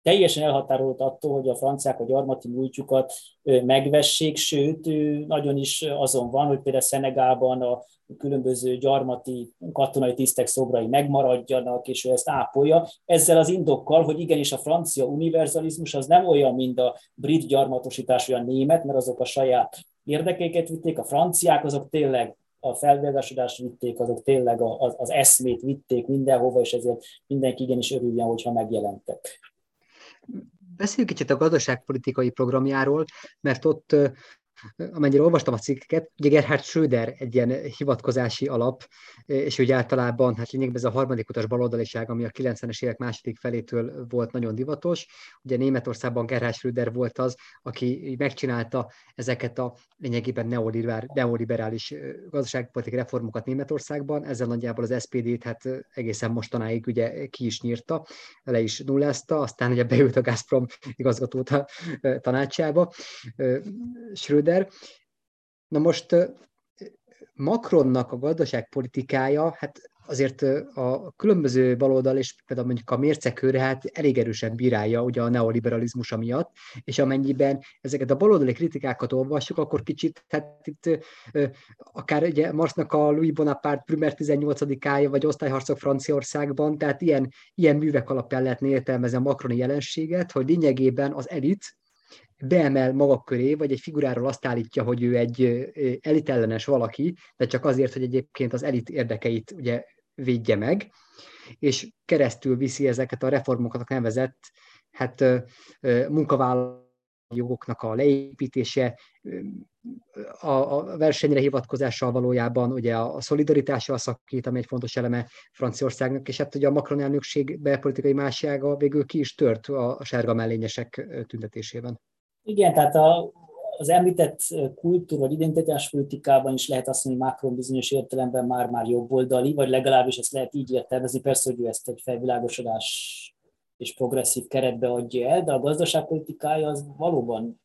teljesen elhatárolt attól, hogy a franciák a gyarmati múltjukat megvessék, sőt, nagyon is azon van, hogy például Szenegálban a különböző gyarmati katonai tisztek szobrai megmaradjanak, és ő ezt ápolja. Ezzel az indokkal, hogy igenis a francia univerzalizmus az nem olyan, mint a brit gyarmatosítás, olyan német, mert azok a saját érdekeiket vitték, a franciák azok tényleg a felvilágosodást vitték, azok tényleg az, az eszmét vitték mindenhova, és ezért mindenki igenis örüljön, hogyha megjelentek. Beszéljünk kicsit a gazdaságpolitikai programjáról, mert ott, amennyire olvastam a cikkeket, ugye Gerhard Schröder egy ilyen hivatkozási alap, és ugye általában, hát lényegben ez a harmadik utas baloldaliság, ami a kilencvenes évek második felétől volt nagyon divatos. Ugye Németországban Gerhard Schröder volt az, aki megcsinálta ezeket a lényegében neoliberális gazdaságpolitikai reformokat Németországban, ezzel nagyjából az es pé dét hát egészen mostanáig ugye ki is nyírta, le is nullázta, aztán ugye beült a Gazprom igazgató tanácsába Schröder. Na most Macronnak a gazdaságpolitikája, hát azért a különböző baloldal és például mondjuk a mércekőre hát elég erősen bírálja ugye a neoliberalizmusa miatt, és amennyiben ezeket a baloldali kritikákat olvassuk, akkor kicsit, hát itt akár ugye Marxnak a Louis Bonaparte Brumaire tizennyolcadikája, vagy osztályharcok Franciaországban, tehát ilyen, ilyen művek alapján lehetne értelmezni a macroni jelenséget, hogy lényegében az elit beemel maga köré, vagy egy figuráról azt állítja, hogy ő egy elitellenes valaki, de csak azért, hogy egyébként az elit érdekeit ugye védje meg, és keresztül viszi ezeket a reformokat nevezett hát, munkavállalói jogoknak a leépítése, a, a versenyre hivatkozással valójában ugye a szolidaritással szakít, ami egy fontos eleme Franciaországnak, és hát ugye a Macron elnökség belpolitikai mássága végül ki is tört a, a sárga mellényesek tüntetésében. Igen, tehát a, az említett kultúr vagy identitáspolitikában is lehet azt mondani, hogy Macron bizonyos értelemben már-már jobboldali, vagy legalábbis ezt lehet így értelmezni. Persze, hogy ő ezt egy felvilágosodás és progresszív keretbe adja el, de a gazdaságpolitikája az valóban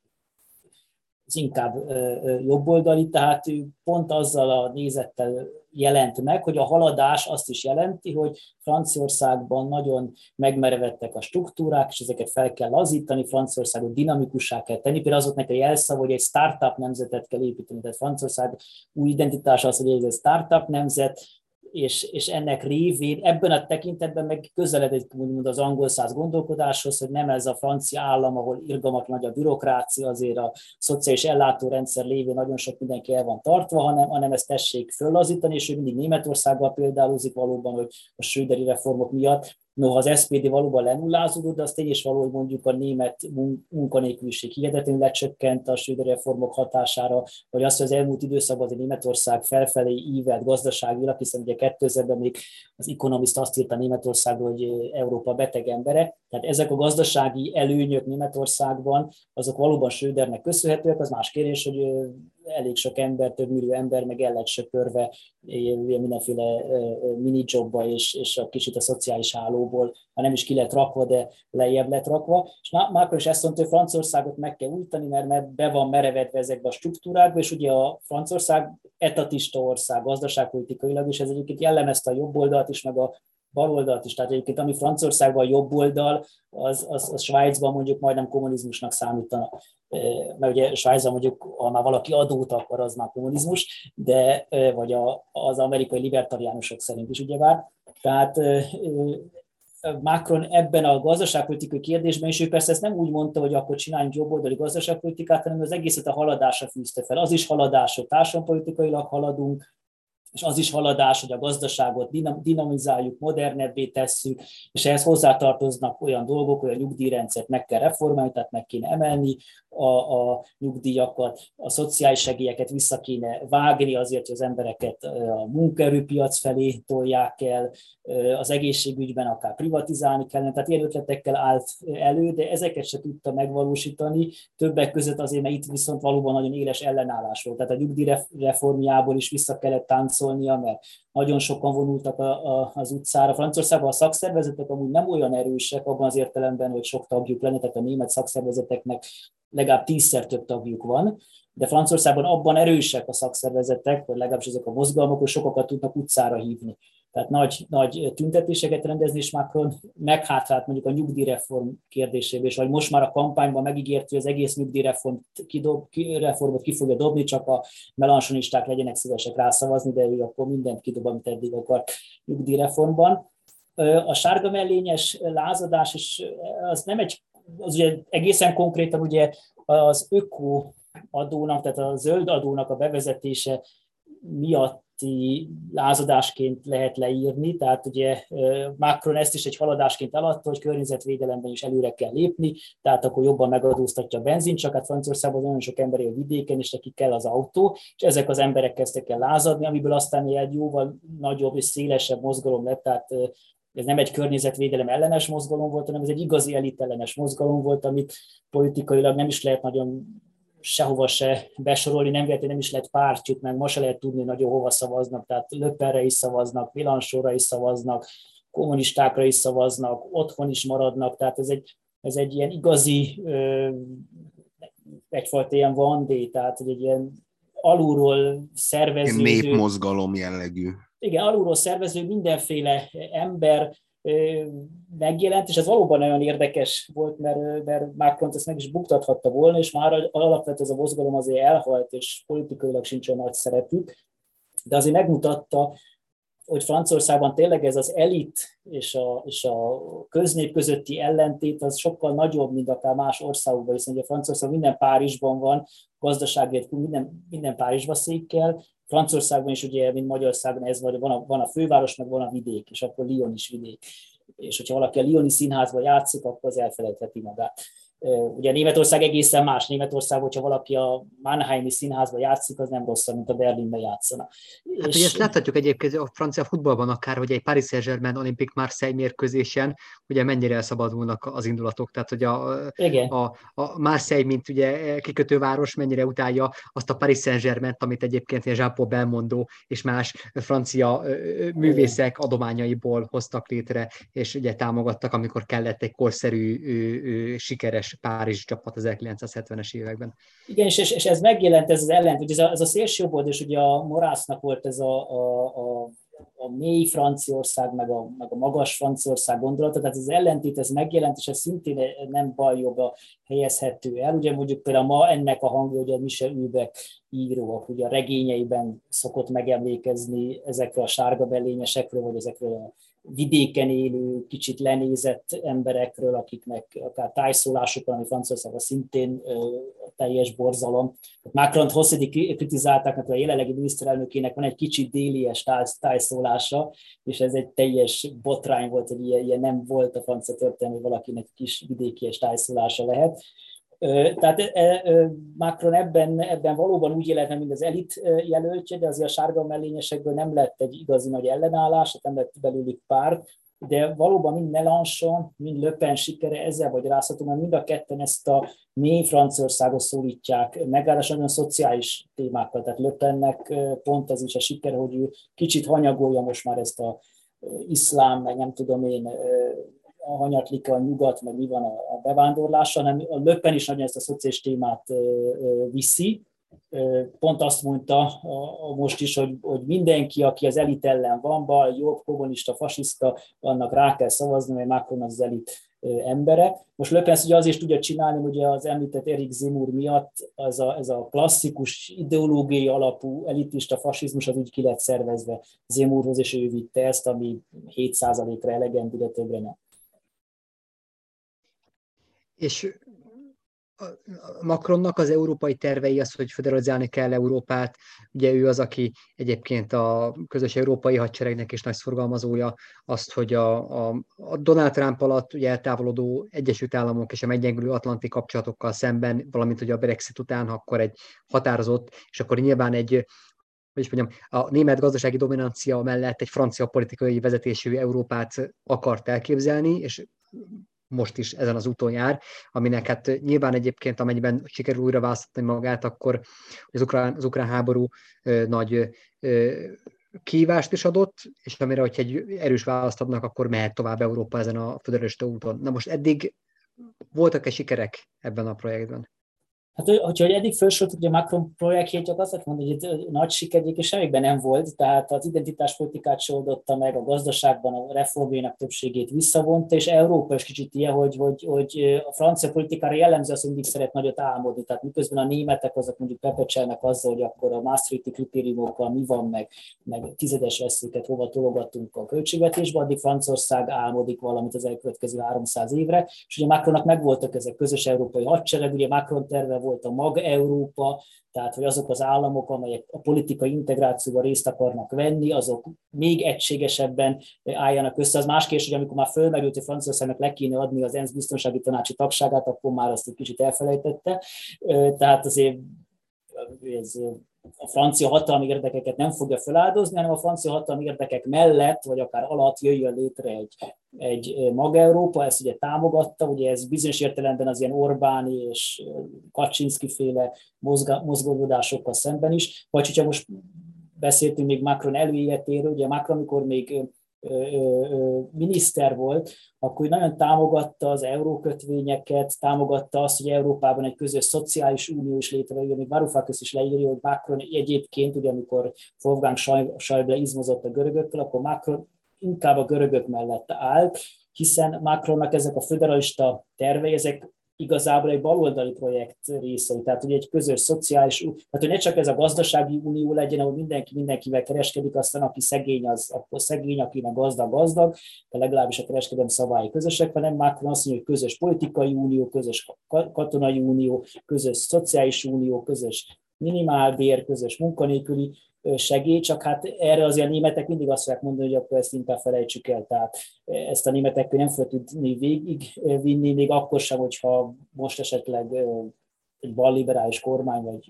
az inkább jobboldali, tehát ő pont azzal a nézettel jelent meg, hogy a haladás azt is jelenti, hogy Franciaországban nagyon megmerevedtek a struktúrák, és ezeket fel kell lazítani, Franciaországot dinamikussá kell tenni. Például azoknak a jelszava, hogy egy startup nemzetet kell építeni. Tehát Franciaország új identitása az, hogy ez egy startup nemzet, és, és ennek révén ebben a tekintetben meg közeledik az angol száz gondolkodáshoz, hogy nem ez a francia állam, ahol irgalmatlan nagy a bürokrácia, azért a szociális ellátórendszer lévén nagyon sok mindenki el van tartva, hanem, hanem ezt tessék föllazítani, és ő mindig Németországgal példálózik valóban, hogy a Schröderi reformok miatt. Noha az es pé dé valóban lenullázódott, de az tény is való, hogy mondjuk a német munkanélküliség hihetetlenül lecsökkent a Schröderi reformok hatására, vagy azt, hogy az elmúlt időszakban az Németország felfelé ívelt gazdaságilag, hiszen ugye kétezerben még az Economist azt írta Németországról, hogy Európa beteg embere. Tehát ezek a gazdasági előnyök Németországban, azok valóban Schrödernek köszönhetőek, az más kérdés, hogy elég sok ember, több millió ember meg el lett söpörve mindenféle minijobba és, és a kicsit a szociális hálóból, ha nem is ki lett rakva, de lejjebb lett rakva. És Macron is ezt mondta, hogy Franciaországot meg kell újítani, mert be van merevedve ezekbe a struktúrákba, és ugye a Franciaország etatista ország gazdaságpolitikailag, és ez egyébként jellemezte a jobb oldalt is, meg a baloldalt is. Tehát egyébként ami Franciaországban a jobb oldal, az, az, az Svájcban mondjuk majdnem kommunizmusnak számítana. Mert ugye Svájcban mondjuk, ha már valaki adót akar, az már kommunizmus, de vagy a, az amerikai libertariánusok szerint is ugyebár. Tehát Macron ebben a gazdaságpolitikai kérdésben, és ő persze ezt nem úgy mondta, hogy akkor csináljunk jobboldali gazdaságpolitikát, hanem az egészet a haladásra fűzte fel. Az is haladás, hogy társadalompolitikailag haladunk, és az is haladás, hogy a gazdaságot dinamizáljuk, modernebbé tesszük, és ehhez hozzátartoznak olyan dolgok, hogy a nyugdíjrendszert meg kell reformálni, tehát meg kéne emelni a, a nyugdíjakat, a szociális segélyeket vissza kéne vágni azért, hogy az embereket a munkaerőpiac felé tolják el, az egészségügyben akár privatizálni kellene, tehát ilyen ötletekkel állt elő, de ezeket se tudta megvalósítani, többek között azért, mert itt viszont valóban nagyon éles ellenállás volt, tehát a nyugdíjreformjából is vissza kellett táncolnia, mert nagyon sokan vonultak a, a, az utcára. Franciaországban a szakszervezetek amúgy nem olyan erősek abban az értelemben, hogy sok tagjuk lenne, tehát a német szakszervezeteknek legalább tízszer több tagjuk van, de Franciaországban abban erősek a szakszervezetek, vagy legalábbis ezek a mozgalmak, hogy sokakat tudnak utcára hívni. Tehát nagy, nagy tüntetéseket rendezni, és Macron meghátrált mondjuk a nyugdíjreform kérdésében, és hogy most már a kampányban megígért, hogy az egész nyugdíjreformot kidob, ki, reformot ki fogja dobni, csak a melanchonisták legyenek szívesek rászavazni, de ő akkor mindent kidob, amit eddig akart nyugdíjreformban. A sárga mellényes lázadás, és az nem egy, az ugye egészen konkrétan ugye az öko adónak, tehát a zöld adónak a bevezetése miatti lázadásként lehet leírni, tehát ugye Macron ezt is egy haladásként eladta, hogy környezetvédelemben is előre kell lépni, tehát akkor jobban megadóztatja a benzint, csak hát Franciaországban nagyon sok ember él vidéken, és nekik kell az autó, és ezek az emberek kezdtek el lázadni, amiből aztán egy jóval nagyobb és szélesebb mozgalom lett, tehát ez nem egy környezetvédelem ellenes mozgalom volt, hanem ez egy igazi elit ellenes mozgalom volt, amit politikailag nem is lehet nagyon sehova se besorolni, nem véletlenül nem is lehet pártjuk, meg ma se lehet tudni nagyon hova szavaznak, tehát Le Penre is szavaznak, Mélenchonra is szavaznak, kommunistákra is szavaznak, otthon is maradnak, tehát ez egy, ez egy ilyen igazi, egyfajta ilyen vandé, tehát egy ilyen alulról szerveződő... Népmozgalom jellegű. Igen, alulról szervező mindenféle ember megjelent, és ez valóban nagyon érdekes volt, mert, mert Macron ezt meg is buktathatta volna, és már alapvetően ez a mozgalom azért elhalt, és politikailag sincs olyan nagy szerepük, de azért megmutatta, hogy Franciaországban tényleg ez az elit és a, és a köznép közötti ellentét az sokkal nagyobb, mint akár más országokban, hiszen ugye Franciaország minden Párizsban van, gazdaságért minden, minden Párizsba székkel, Franciaországban is ugye, mint Magyarországon ez van, van a, van a főváros, meg van a vidék, és akkor Lyon is vidék. És hogyha valaki a Lyoni színházban játszik, akkor az elfelejtheti magát. Ugye Németország egészen más. Németország, hogyha valaki a Mannheimi színházban játszik, az nem rosszabb, mint a Berlinben játszana. Hát és... ugye ezt láthatjuk egyébként a francia futballban akár, hogy egy Paris Saint-Germain Olympique Marseille mérkőzésen ugye mennyire elszabadulnak az indulatok. Tehát, hogy a, a, a Marseille, mint ugye kikötőváros, mennyire utálja azt a Paris Saint-Germaint, amit egyébként Jean-Paul Belmondo és más francia művészek adományaiból hoztak létre, és ugye támogattak, amikor kellett egy korszerű, sikeres Párizs csapat az ezerkilencszázhetvenes években. Igen, és, és ez megjelent, ez az ellent, hogy ez a, ez a szélsőjobb, és ugye a Maurasnak volt ez a, a, a, a mély Franciaország, meg a, meg a magas Franciaország gondolata, tehát az ellentét ez megjelent, és ez szintén nem baljobbra helyezhető el. Ugye mondjuk például ma ennek a hangja, ugye Michel Houellebecq író, ugye a regényeiben szokott megemlékezni ezekről a sárga bellényesekről, vagy ezekről a vidéken élő, kicsit lenézett emberekről, akiknek akár tájszólásuk van, ami Franciaországban szintén ö, teljes borzalom. Macron-t hosszedig kritizálták, mert a jelenlegi miniszterelnökének van egy kicsit délies táj, tájszólása, és ez egy teljes botrány volt, hogy ilyen, ilyen nem volt a francia történelmi, valakinek kis vidékies tájszólása lehet. Tehát Macron ebben, ebben valóban úgy jelentne, mint az elit jelöltje, de azért a sárga mellényesekből nem lett egy igazi nagy ellenállás, nem lett belőlük párt, de valóban mind Mélenchon, mind Le Pen sikere ezzel magyarázható, mert mind a ketten ezt a mély Franciaországot szólítják, megállás nagyon szociális témákkal, tehát Le Pennek pont ez is a sikere, hogy ő kicsit hanyagolja most már ezt a iszlám, meg nem tudom én, hanyatlik a nyugat, meg mi van a bevándorlással, hanem a Le Pen is nagyon ezt a szociális témát viszi. Pont azt mondta most is, hogy, hogy mindenki, aki az elit ellen van, bal, jobb, kommunista, fasiszta, annak rá kell szavazni, mert Macron az elit embere. Most Le Pen ugye azért is tudja csinálni, hogy az említett Éric Zemmour miatt ez a, ez a klasszikus ideológiai alapú elitista fasizmus az úgy ki lett szervezve Zemmourhoz, és ő vitte ezt, ami hét százalékra elegendő, de többre nem. És Macronnak az európai tervei az, hogy federalizálni kell Európát. Ugye ő az, aki egyébként a közös európai hadseregnek is nagy szorgalmazója, azt, hogy a, a, a Donald Trump alatt ugye eltávolodó Egyesült Államok és a meggyengülő atlanti kapcsolatokkal szemben, valamint ugye a Brexit után, akkor egy határozott, és akkor nyilván egy, hogy is mondjam, a német gazdasági dominancia mellett egy francia politikai vezetésű Európát akart elképzelni, és most is ezen az úton jár, aminek hát nyilván egyébként, amennyiben sikerül újra választani magát, akkor az ukrán, az ukrán háború ö, nagy ö, kihívást is adott, és amire, hogyha egy erős választ adnak, akkor mehet tovább Európa ezen a föderalista úton. Na most eddig voltak-e sikerek ebben a projektben? Hát, hogyha eddig felsoroltuk, hogy a Macron projektjét, csak azt lehet mondani, hogy nagy sikerjék és semmikben nem volt, tehát az identitáspolitikát se oldotta meg, a gazdaságban a reformjainak többségét visszavonta, és Európa is kicsit ilyen, hogy, hogy, hogy a francia politikára jellemző az, hogy mindig szeret nagyot álmodni, tehát miközben a németek azok mondjuk pepecselnek azzal, hogy akkor a Maastrichti kritériumokkal mi van, meg, meg tizedes veszélyeket hova tologatunk a költségvetésbe, addig Franciaország álmodik valamit az elkövetkező háromszáz évre, és ugye Macronnak megvoltak ezek közös európai hadsereg, ugye Macron terve volt a Mag Európa, tehát hogy azok az államok, amelyek a politikai integrációban részt akarnak venni, azok még egységesebben álljanak össze. Az más kérdés, hogy amikor már fölmerült, hogy Franciaországnak le kéne adni az ENSZ biztonsági tanácsi tagságát, akkor már azt egy kicsit elfelejtette. Tehát azért ez a francia hatalmi érdekeket nem fogja feláldozni, hanem a francia hatalmi érdekek mellett, vagy akár alatt jöjjön létre egy, egy Mag-Európa, ezt ugye támogatta, ugye ez bizonyos értelemben az ilyen Orbáni és Kaczynszki-féle mozgolódásokkal szemben is, vagy hogyha most beszéltünk még Macron előéletéről, ugye Macron, amikor még miniszter volt, akkor nagyon támogatta az eurókötvényeket, támogatta azt, hogy Európában egy közös szociális unió is létrejön, még Varoufakis is leírja, hogy Macron egyébként, ugye amikor Wolfgang Schäuble izmozott a görögökkel, akkor Macron inkább a görögök mellett állt, hiszen Macronnak ezek a föderalista tervei, ezek igazából egy baloldali projekt részei, tehát ugye egy közös szociális, tehát hogy ne csak ez a gazdasági unió legyen, ahol mindenki mindenkivel kereskedik, aztán aki szegény, az akkor szegény, aki meg gazdag, gazdag, de legalábbis a kereskedelem szabályi közösek, hanem Macron azt mondja, hogy közös politikai unió, közös katonai unió, közös szociális unió, közös minimálbér, közös munkanélküli segély, csak hát erre azért a németek mindig azt fogják mondani, hogy akkor ezt inkább felejtsük el. Tehát ezt a németek nem fogja tudni végigvinni, még akkor sem, hogyha most esetleg egy balliberális kormány, vagy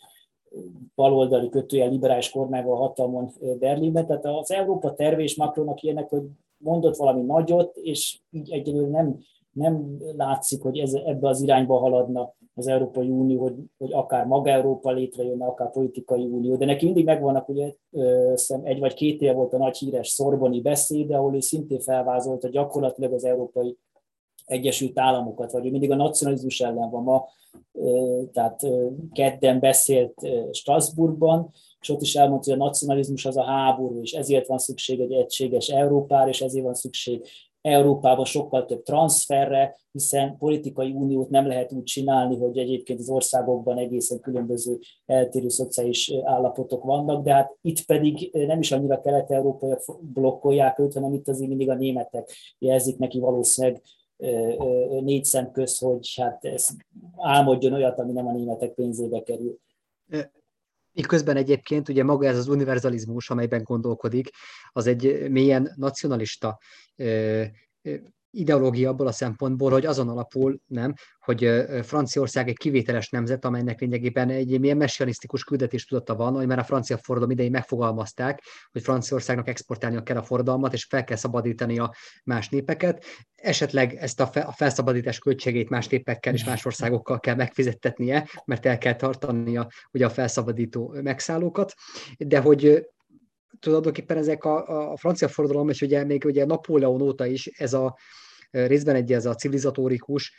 baloldali kötőjel liberális kormányval hatalmon Berlinben. Tehát az Európa terve és Macronnak ilyenek, hogy mondott valami nagyot, és így egyelőre nem, nem látszik, hogy ez, ebbe az irányba haladna az Európai Unió, hogy, hogy akár Mag-Európa létrejönne, akár politikai unió, de neki mindig megvannak, ugye egy vagy két év volt a nagy híres Szorboni beszéd, ahol ő szintén felvázolta gyakorlatilag az Európai Egyesült Államokat, vagy ő mindig a nacionalizmus ellen van ma, tehát kedden beszélt Strasbourgban, és ott is elmondta, hogy a nacionalizmus az a háború, és ezért van szükség egy egységes Európára, és ezért van szükség Európában sokkal több transferre, hiszen politikai uniót nem lehet úgy csinálni, hogy egyébként az országokban egészen különböző eltérő szociális állapotok vannak, de hát itt pedig nem is annyira kelet-európaiak blokkolják őt, hanem itt azért mindig a németek jelzik neki valószínűleg négy szem köz, hogy hát ez álmodjon olyat, ami nem a németek pénzébe kerül. Miközben egyébként ugye maga ez az univerzalizmus, amelyben gondolkodik, az egy mélyen nacionalista ideológia abból a szempontból, hogy azon alapul, nem, hogy Franciaország egy kivételes nemzet, amelynek lényegében egy milyen messianisztikus küldetéstudata van, hogy már a francia forradalom idején megfogalmazták, hogy Franciaországnak exportálnia kell a forradalmat, és fel kell szabadítani a más népeket. Esetleg ezt a felszabadítás költségét más népekkel és más országokkal kell megfizettetnie, mert el kell tartania ugye a felszabadító megszállókat, de hogy tulajdonképpen ezek a, a francia forradalom, és ugye még ugye Napóleon óta is ez a részben egy ez a civilizatórikus,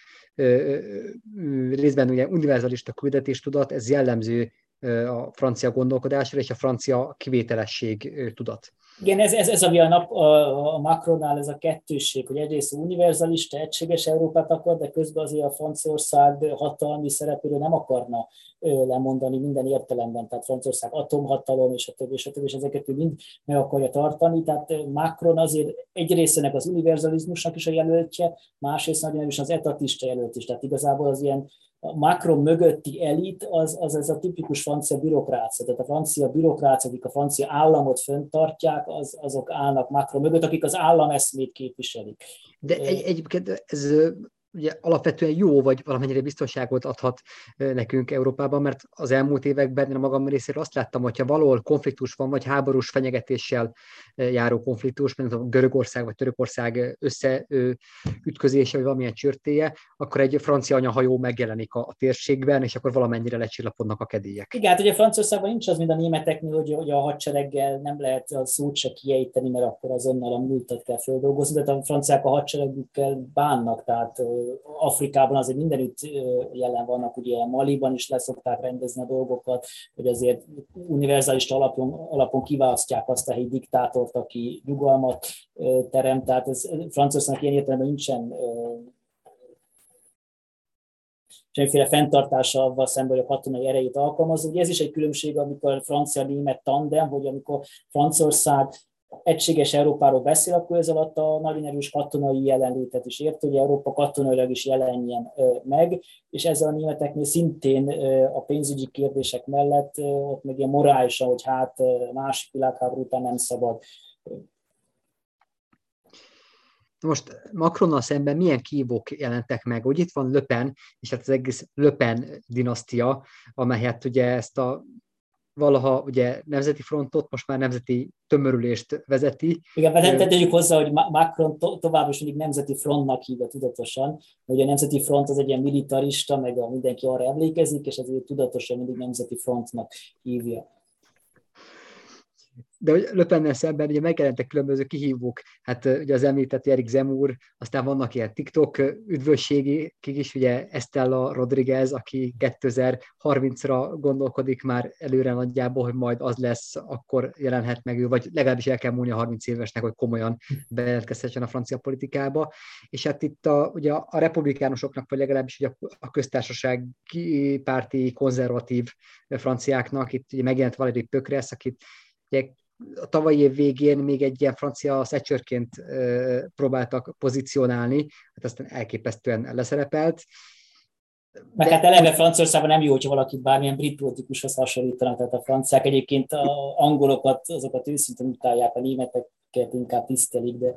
részben ugye univerzalista küldetéstudat, ez jellemző a francia gondolkodásra és a francia kivételesség tudat. Igen, ez, ez, ez ami a, nap, a, a Macronnál ez a kettősség, hogy egyrészt univerzalista, egységes Európát akar, de közben azért a Franciaország hatalmi szerepéről nem akarna lemondani minden értelemben, tehát Franciaország atomhatalom, és a többi, és a többi, és ezeket ő mind meg akarja tartani, tehát Macron azért egyrészt ennek az univerzalizmusnak is a jelöltje, másrészt nagyon is az etatista jelölt is, tehát igazából az ilyen a Macron mögötti elit az, az ez a tipikus francia bürokrácia, tehát a francia bürokrácia, akik a francia államot fenntartják, az, azok állnak Macron mögött, akik az állam eszmét képviselik. De egy, egyébként ez ugye alapvetően jó, vagy valamennyire biztonságot adhat nekünk Európában, mert az elmúlt években én a magam részéről azt láttam, hogyha valahol konfliktus van, vagy háborús fenyegetéssel járó konfliktus, mint a Görögország vagy Törökország összeütközése, vagy valamilyen csörtéje, akkor egy francia anyahajó megjelenik a, a térségben, és akkor valamennyire lecsillapodnak a kedélyek. Igen, hát ugye Franciaországban nincs az, mint a németeknél, hogy, hogy a hadsereggel nem lehet a szót se kiejteni, mert akkor azonnal a múltat kell földolgozni, de a franciák a hadseregükkel bánnak, tehát Afrikában azért mindenütt jelen vannak, ugye Maliban is leszokták rendezni a dolgokat, hogy azért univerzális alapon, alapon kiválasztják azt a helyi diktátort, aki nyugalmat teremt, tehát ez Franciaországnak ilyen értelemben nincsen semmiféle fenntartása avval szemben, hogy a katonai erejét alkalmaz. Ugye ez is egy különbség, amikor a francia-német tandem, hogy amikor Franciaország egységes Európáról beszél, akkor ez alatt a nagyon erős katonai jelenlétet is ért, hogy Európa katonailag is jelenjen meg, és ezzel a németeknél szintén a pénzügyi kérdések mellett ott meg ilyen morálisan, hogy hát másik világháború után nem szabad. Most Macronnal szemben milyen kihívók jelentek meg? Hogy itt van Le Pen, és hát az egész Le Pen dinasztia, amelyet ugye ezt a valaha ugye nemzeti frontot, most már nemzeti tömörülést vezeti. Igen, de tegyük hozzá, hogy Macron to- tovább is mindig nemzeti frontnak hívja tudatosan, hogy a nemzeti front az egy ilyen militarista, meg a mindenki arra emlékezik, és ezért tudatosan mindig nemzeti frontnak hívja. De Le Pennel szemben ugye megjelentek különböző kihívók, hát ugye az említett Erik Zemmour, aztán vannak ilyen TikTok üdvösségek is, ugye Estella Rodriguez, aki kétezer-harmincra gondolkodik már előre nagyjából, hogy majd az lesz, akkor jelenhet meg ő, vagy legalábbis el kell múlni a harminc évesnek, hogy komolyan bejelentkezhessen a francia politikába. És hát itt a, ugye a republikánusoknak, vagy legalábbis ugye a köztársasági párti konzervatív franciáknak, itt ugye megjelent Valérie Pécresse, akit ugye a tavalyi év végén még egy ilyen francia Thatcherként e, próbáltak pozícionálni, hát aztán elképesztően leszerepelt. Meg hát eleve Franciaországban nem jó, hogyha valakit bármilyen brit politikushoz hasonlítanak, tehát a franciák egyébként a angolokat, azokat őszintén utálják, a németeket inkább tisztelik, de,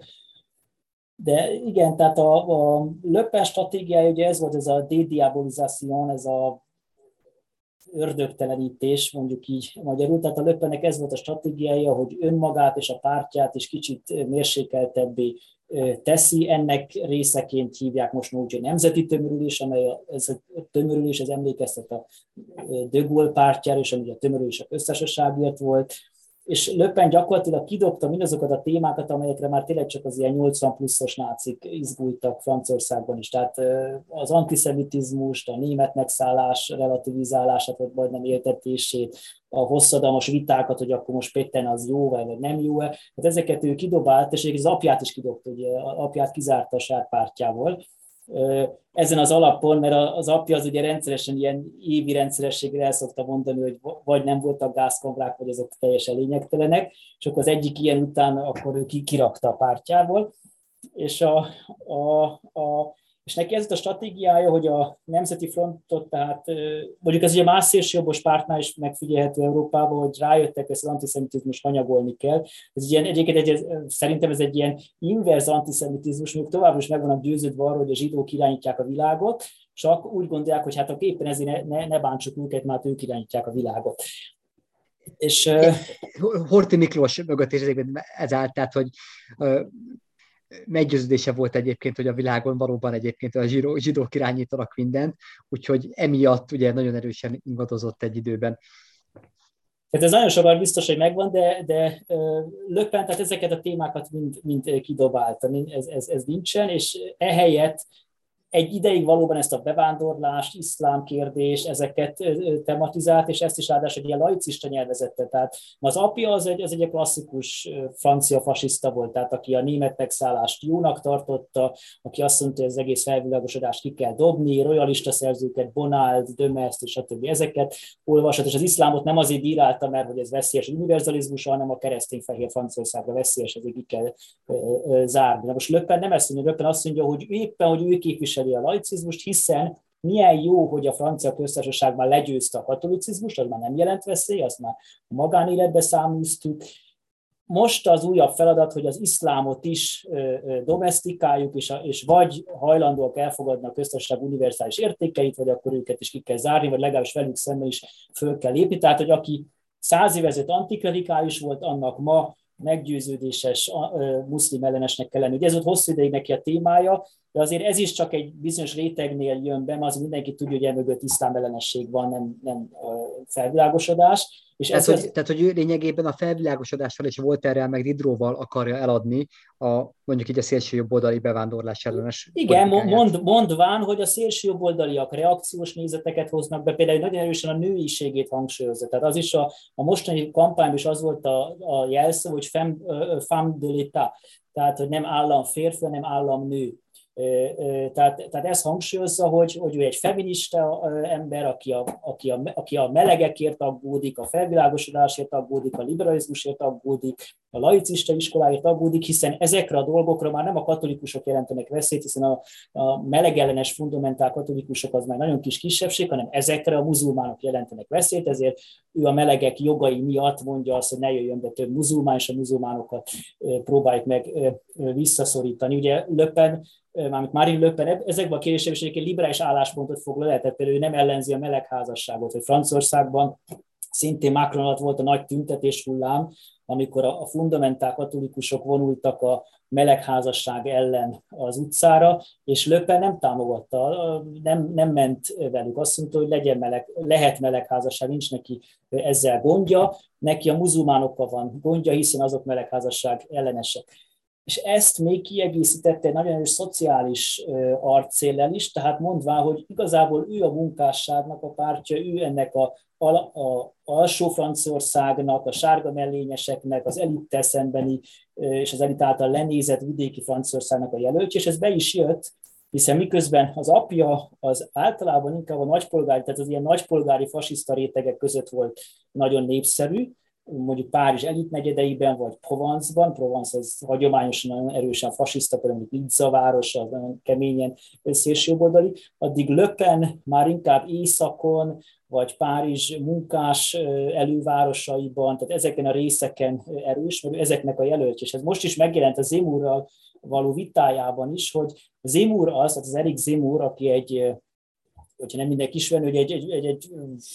de igen, tehát a, a Le Pen stratégiája, ugye ez volt ez a dédiabolizáció, ez a ördögtelenítés, mondjuk így magyarul. Tehát a Le Pennek ez volt a stratégiája, hogy önmagát és a pártját is kicsit mérsékeltebbé teszi. Ennek részeként hívják most már úgy, hogy nemzeti tömörülés, amely a, ez a tömörülés, ez emlékeztet a De Gaulle pártjára, és ami a tömörülés a köztársaságért volt. És Le Pen gyakorlatilag kidobta mindazokat a témákat, amelyekre már tényleg csak az ilyen nyolcvan pluszos nácik izgultak Franciaországban is. Tehát az antiszemitizmust, a német megszállás relativizálását, vagy majdnem éltetését, a hosszadalmas vitákat, hogy akkor most Pétain az jó, vagy nem jó-e. Hát ezeket ő kidobált, és az apját is kidobta, ugye az apját kizárta a saját pártjából. Ezen az alapon, mert az apja az ugye rendszeresen ilyen évi rendszerességre el szokta mondani, hogy vagy nem voltak gázkamrák, vagy azok teljesen lényegtelenek, és akkor az egyik ilyen után akkor ő kirakta a pártjából, és, a, a, a, és neki ez a stratégiája, hogy a Nemzeti Frontot, tehát mondjuk ez ugye más szélsőjobbos pártnál is megfigyelhető Európában, hogy rájöttek, ezt az antiszemitizmus hanyagolni kell. Ez ilyen, egyébként egy, szerintem ez egy ilyen inverz antiszemitizmus, még továbbra is meg vannak győződve arról, hogy a zsidók irányítják a világot, csak úgy gondolják, hogy hát akkor éppen ezért ne, ne bántsuk őket, mert ők irányítják a világot. És, Horthy Miklós mögött is ez állt, tehát, hogy meggyőződése volt egyébként, hogy a világon valóban egyébként a zsidó, zsidók irányítanak mindent, úgyhogy emiatt ugye nagyon erősen ingadozott egy időben. Tehát ez nagyon sokan biztos, hogy megvan, de, de Le Pen, tehát ezeket a témákat mind, mind kidobálta, ez, ez, ez nincsen, és ehelyett egy ideig valóban ezt a bevándorlást, iszlám kérdés, ezeket tematizált, és ezt is ráadásul egy ilyen laicista nyelvezettel. Tehát az apja az egy, az egy klasszikus francia fasiszta volt, tehát aki a német megszállást jónak tartotta, aki azt mondta, hogy az egész felvilágosodást ki kell dobni, royalista szerzőket, Bonald, Dömest és a többi ezeket olvasott, és az iszlámot nem azért bírálta, mert hogy ez veszélyes univerzalizmus, hanem a keresztény fehér Franciaországra veszélyes, ezért ki kell zárni. De most Le Pen nem ezt mondja, Le Pen azt mondja, hogy éppen, hogy ő képvisel a laicizmust, hiszen milyen jó, hogy a francia köztársaságban legyőzte a katolicizmust, az már nem jelent veszély, azt már a magánéletbe száműztük. Most az újabb feladat, hogy az iszlámot is domesztikáljuk, és, és vagy hajlandóak elfogadni a köztársaság univerzális értékeit, vagy akkor őket is ki kell zárni, vagy legalábbis velük szemben is föl kell lépni. Tehát, hogy aki száz éve ezelőtt antiklerikális volt, annak ma meggyőződéses muszlim ellenesnek kell lenni. Ugye ez volt hosszú ideig neki a témája, de azért ez is csak egy bizonyos rétegnél jön be, mert az mindenki tudja, hogy emögött iszlám ellenesség van, nem, nem felvilágosodás. És tehát, ezért... hogy, tehát, hogy ő lényegében a felvilágosodással és Voltaire-rel meg Diderotval akarja eladni a, mondjuk így a szélsőjobboldali bevándorlás ellenes Igen, politikáját. mond, mondván, hogy a szélsőjobboldaliak reakciós nézeteket hoznak be, például nagyon erősen a nőiségét hangsúlyozza. Tehát az is a, a mostani kampányban is az volt a, a jelszó, hogy femme, femme de l'État, tehát hogy nem állam férfi, hanem állam nő. Tehát, tehát ez hangsúlyozza, hogy, hogy ő egy feminista ember, aki a, aki, a, aki a melegekért aggódik, a felvilágosodásért aggódik, a liberalizmusért aggódik, a laicista iskoláért aggódik, hiszen ezekre a dolgokra már nem a katolikusok jelentenek veszélyt, hiszen a, a melegellenes fundamentál katolikusok az már nagyon kis kisebbség, hanem ezekre a muzulmánok jelentenek veszélyt, ezért ő a melegek jogai miatt mondja azt, hogy ne jöjjön be több muzulmán, és a muzulmánokat próbáljuk meg visszaszorítani. Ugye Le Pen, mármint Marine Le Pen ezekben a kérdésekben is egyébként liberális álláspontot foglal el, tehát például ő nem ellenzi a melegházasságot, hogy Franciaországban szintén Macron alatt volt a nagy tüntetés hullám, amikor a fundamentál katolikusok vonultak a melegházasság ellen az utcára, és Le Pen nem támogatta, nem, nem ment velük. Azt mondta, hogy legyen meleg, lehet melegházasság, nincs neki ezzel gondja, neki a muzulmánokkal van gondja, hiszen azok melegházasság ellenesek. És ezt még kiegészítette egy nagyon erős szociális arcéllel is, tehát mondván, hogy igazából ő a munkásságnak a pártja, ő ennek a, a, a alsó Franciaországnak, a sárga mellényeseknek, az elittel szembeni és az elit által lenézett vidéki Franciaországnak a jelöltje, és ez be is jött, hiszen miközben az apja az általában inkább a nagypolgári, tehát az ilyen nagypolgári fasiszta rétegek között volt nagyon népszerű, mondjuk Párizs elitnegyedeiben, vagy Provence-ban, Provence az hagyományosan nagyon erősen fasiszta, például Nizza város, az nagyon keményen szélsőjobboldali, addig Le Pen már inkább északon, vagy Párizs munkás elővárosaiban, tehát ezeken a részeken erős, mert ezeknek a jelöltje. És ez most is megjelent a Zemmourral való vitájában is, hogy Zemmour az, tehát az Eric Zemmour, aki egy, hogyha nem mindenki ismer, hogy egy, egy, egy, egy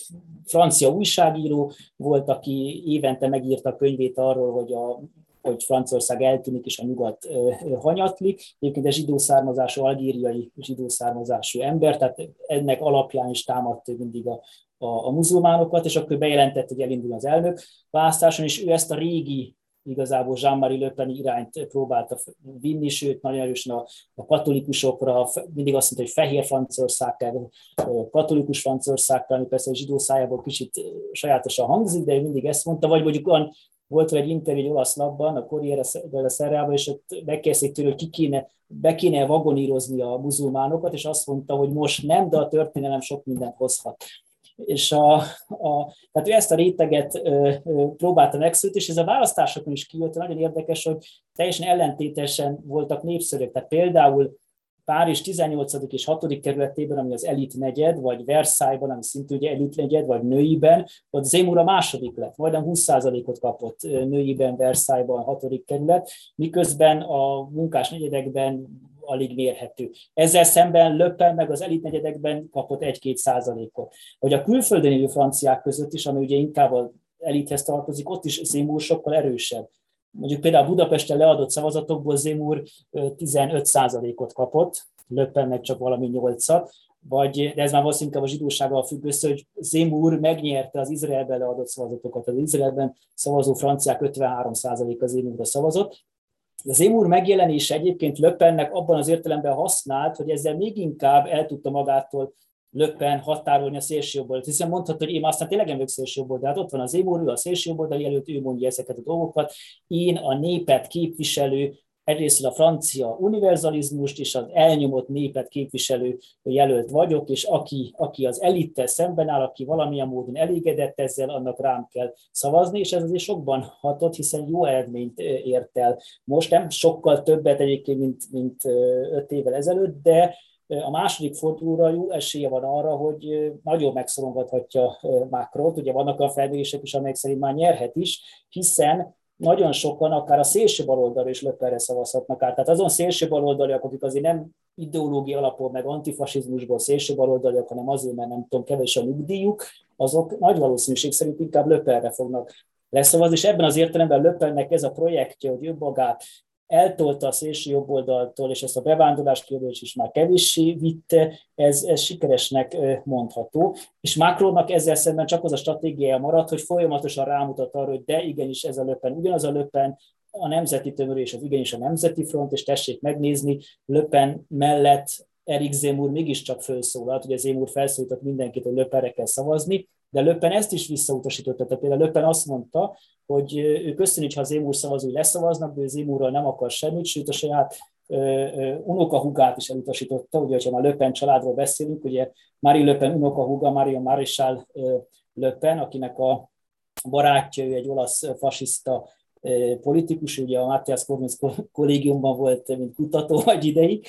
francia újságíró volt, aki évente megírta a könyvét arról, hogy, a, hogy Franciaország eltűnik és a nyugat hanyatlik. Egyébként egy zsidó származású, algériai zsidó származású ember, tehát ennek alapján is támadta mindig a, a, a muzulmánokat, és akkor bejelentett, hogy elindul az elnök választáson, és ő ezt a régi igazából Jean-Marie Le Pen irányt próbálta vinni, sőt, nagyon erősen a, a katolikusokra, mindig azt mondta, hogy fehér Franciaország kell, katolikus Franciaország kell, ami persze a zsidó szájából kicsit sajátosan hangzik, de ő mindig ezt mondta, vagy mondjuk olyan, volt egy interjú egy olasz labban, a Corriere della Serrában, és ott megkérdezték tőle, hogy ki kéne, be kéne vagonírozni a muzulmánokat, és azt mondta, hogy most nem, de a történelem sok mindent hozhat. És a, a, tehát ő ezt a réteget ö, ö, próbálta megszűrni, és ez a választásokon is kijött, nagyon érdekes, hogy teljesen ellentétesen voltak népszerűek. Tehát például Párizs tizennyolcadik és hatodik kerületében, ami az elit negyed, vagy Versailles-ban, ami szintén ugye elit negyed, vagy nőiben, ott Zemmour a második lett, majdnem húsz százalékot kapott nőiben, Versailles-ban, hatodik kerület, miközben a munkás negyedekben alig mérhető. Ezzel szemben Le Pen meg az elitnegyedekben kapott egy-két százalékot. Hogy a külföldön élő franciák között is, ami ugye inkább az elithez tartozik, ott is Zemmour sokkal erősebb. Mondjuk például Budapesten leadott szavazatokból Zemmour tizenöt százalékot kapott, Le Pen meg csak valami nyolcat, vagy, de ez már valószínűleg a zsidósággal függ össze, hogy Zemmour megnyerte az Izraelben leadott szavazatokat. Az Izraelben szavazó franciák ötvenhárom százaléka Zemmourra szavazott. De Zemmour megjelenése egyébként Le Pennek abban az értelemben használt, hogy ezzel még inkább el tudta magától Le Pen határolni a szélsőjobboldalt. Hiszen mondhatod, hogy én aztán tényleg nem vagyok szélsőjobboldal, de hát ott van az Zemmour, ő a szélsőjobboldali előtt, ő mondja ezeket a dolgokat. Én a népet képviselő, egyrészt a francia univerzalizmust és az elnyomott népet képviselő jelölt vagyok, és aki, aki az elittel szemben áll, aki valamilyen módon elégedett ezzel, annak rám kell szavazni, és ez azért sokban hatott, hiszen jó eredményt ért el. Most nem sokkal többet egyébként, mint, mint öt évvel ezelőtt, de a második fordulóra jó esélye van arra, hogy nagyon megszorongathatja Macront. Ugye vannak olyan felmérések is, amelyek szerint már nyerhet is, hiszen nagyon sokan akár a szélső baloldalra is Le Penre szavazhatnak át. Tehát azon szélső baloldaliak, akik azért nem ideológia alapból, meg antifasizmusból szélső baloldaliak, hanem azért, mert nem tudom, kevés a nyugdíjuk, azok nagy valószínűség szerint inkább Le Penre fognak leszavazni, és ebben az értelemben Le Pennek ez a projektje, hogy önmagát eltolta a szélső jobboldaltól, és ezt a bevándorlás kérdést is már kevéssé vitte, ez, ez sikeresnek mondható. És Macronnak ezzel szemben csak az a stratégiája maradt, hogy folyamatosan rámutat arra, hogy de igenis ez a Le Pen, ugyanaz a Le Pen, a nemzeti tömörés az igenis a nemzeti front, és tessék megnézni, Le Pen mellett Eric Zemmour mégiscsak felszólalt, ugye Zemmour felszólított mindenkit, hogy Le Penre kell szavazni, de Le Pen ezt is visszautasította. Tehát például Le Pen azt mondta, hogy ő köszönjük, ha Zemmour szavazói leszavaznak, de ő Zemmourral nem akar semmit, sőt a saját unokahúgát is elutasította, ugye, ha már Le Pen családról beszélünk, ugye Marine Le Pen unokahúga, Marion Maréchal Le Pen, akinek a barátja, ő egy olasz fasiszta politikus, ugye a Matthias Corvinus kollégiumban volt, mint kutató egy ideig,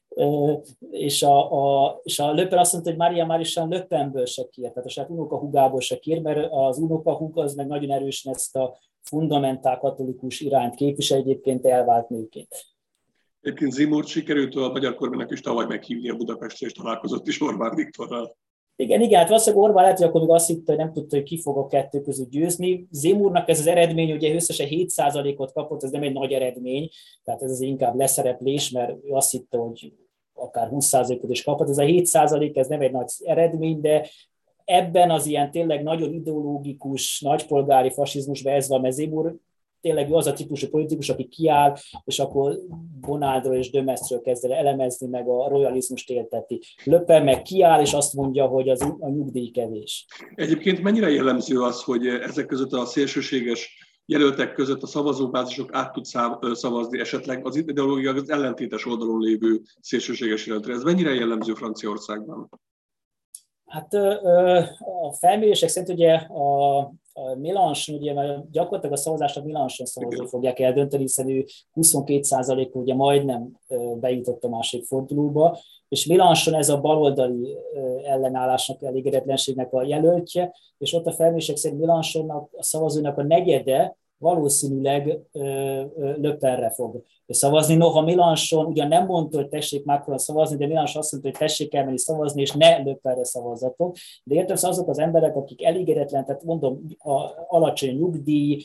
és a, a, és a Le Pen azt mondta, hogy Maria Maréchal Le Penből se kér, tehát a saját unokahúgából se kér, mert az unokahúg az meg nagyon erősen ezt a fundamentál katolikus irányt képvisel, egyébként elvált nőként. Egyébként Zemmour sikerült a magyar kormánynak is tavaly meghívni a Budapestre, és találkozott is Orbán Viktorral. Igen, igen, hát valószínűleg Orbán lehet, hogy akkor még azt hitte, hogy nem tudta, hogy ki fog a kettő között győzni. Zemmournak ez az eredmény, ugye összesen hét százalékot kapott, ez nem egy nagy eredmény, tehát ez az inkább leszereplés, mert ő azt hitte, hogy akár húsz százalékot is kapott. Ez a hét százalék, ez nem egy nagy eredmény, de ebben az ilyen tényleg nagyon ideológikus, nagypolgári fasizmusban ez van, mert Zemmour tényleg az a típusú politikus, aki kiáll, és akkor Bonaldról és de Maistre-ről kezd el elemezni, meg a royalizmust élteti. Le Pen meg kiáll, és azt mondja, hogy az a nyugdíj kevés. Egyébként mennyire jellemző az, hogy ezek között a szélsőséges jelöltek között a szavazóbázisok át tud szavazni esetleg az ideológia az ellentétes oldalon lévő szélsőséges jelöltre? Ez mennyire jellemző Franciaországban? Hát a felmérések szerint ugye a Mélenchon, ugye, mert gyakorlatilag a szavazást a Mélenchon szavazók fogják eldönteni, hiszen ő huszonkét százalék ugye majdnem bejutott a másik fordulóba, és Mélenchon ez a baloldali ellenállásnak, elégedetlenségnek a jelöltje, és ott a felmérések szerint Mélenchonnak a szavazónak a negyede valószínűleg Le Penre fog szavazni. Noha Mélenchon ugyan nem mondta, hogy tessék Macron szavazni, de Mélenchon azt mondta, hogy tessék elmenni szavazni, és ne Le Penre szavazzatok. De értem, szóval azok az emberek, akik elégedetlen, tehát mondom, a alacsony nyugdíj,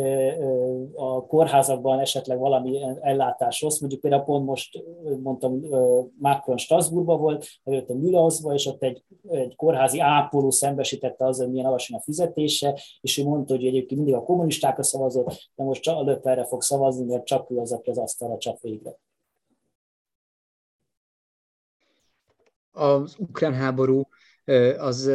a kórházakban esetleg valami ellátás rossz, mondjuk például pont most mondtam, Macron Strasbourgban volt, előtt a Mülhauszban, és ott egy, egy kórházi ápoló szembesítette azzal, hogy milyen alacsony a fizetése, és ő mondta, hogy egyébként mindig a kommunistákra szavazott, de most csak a Le Penre fog szavazni, mert csak ő az, aki az asztalra csap végre. Az ukrán háború az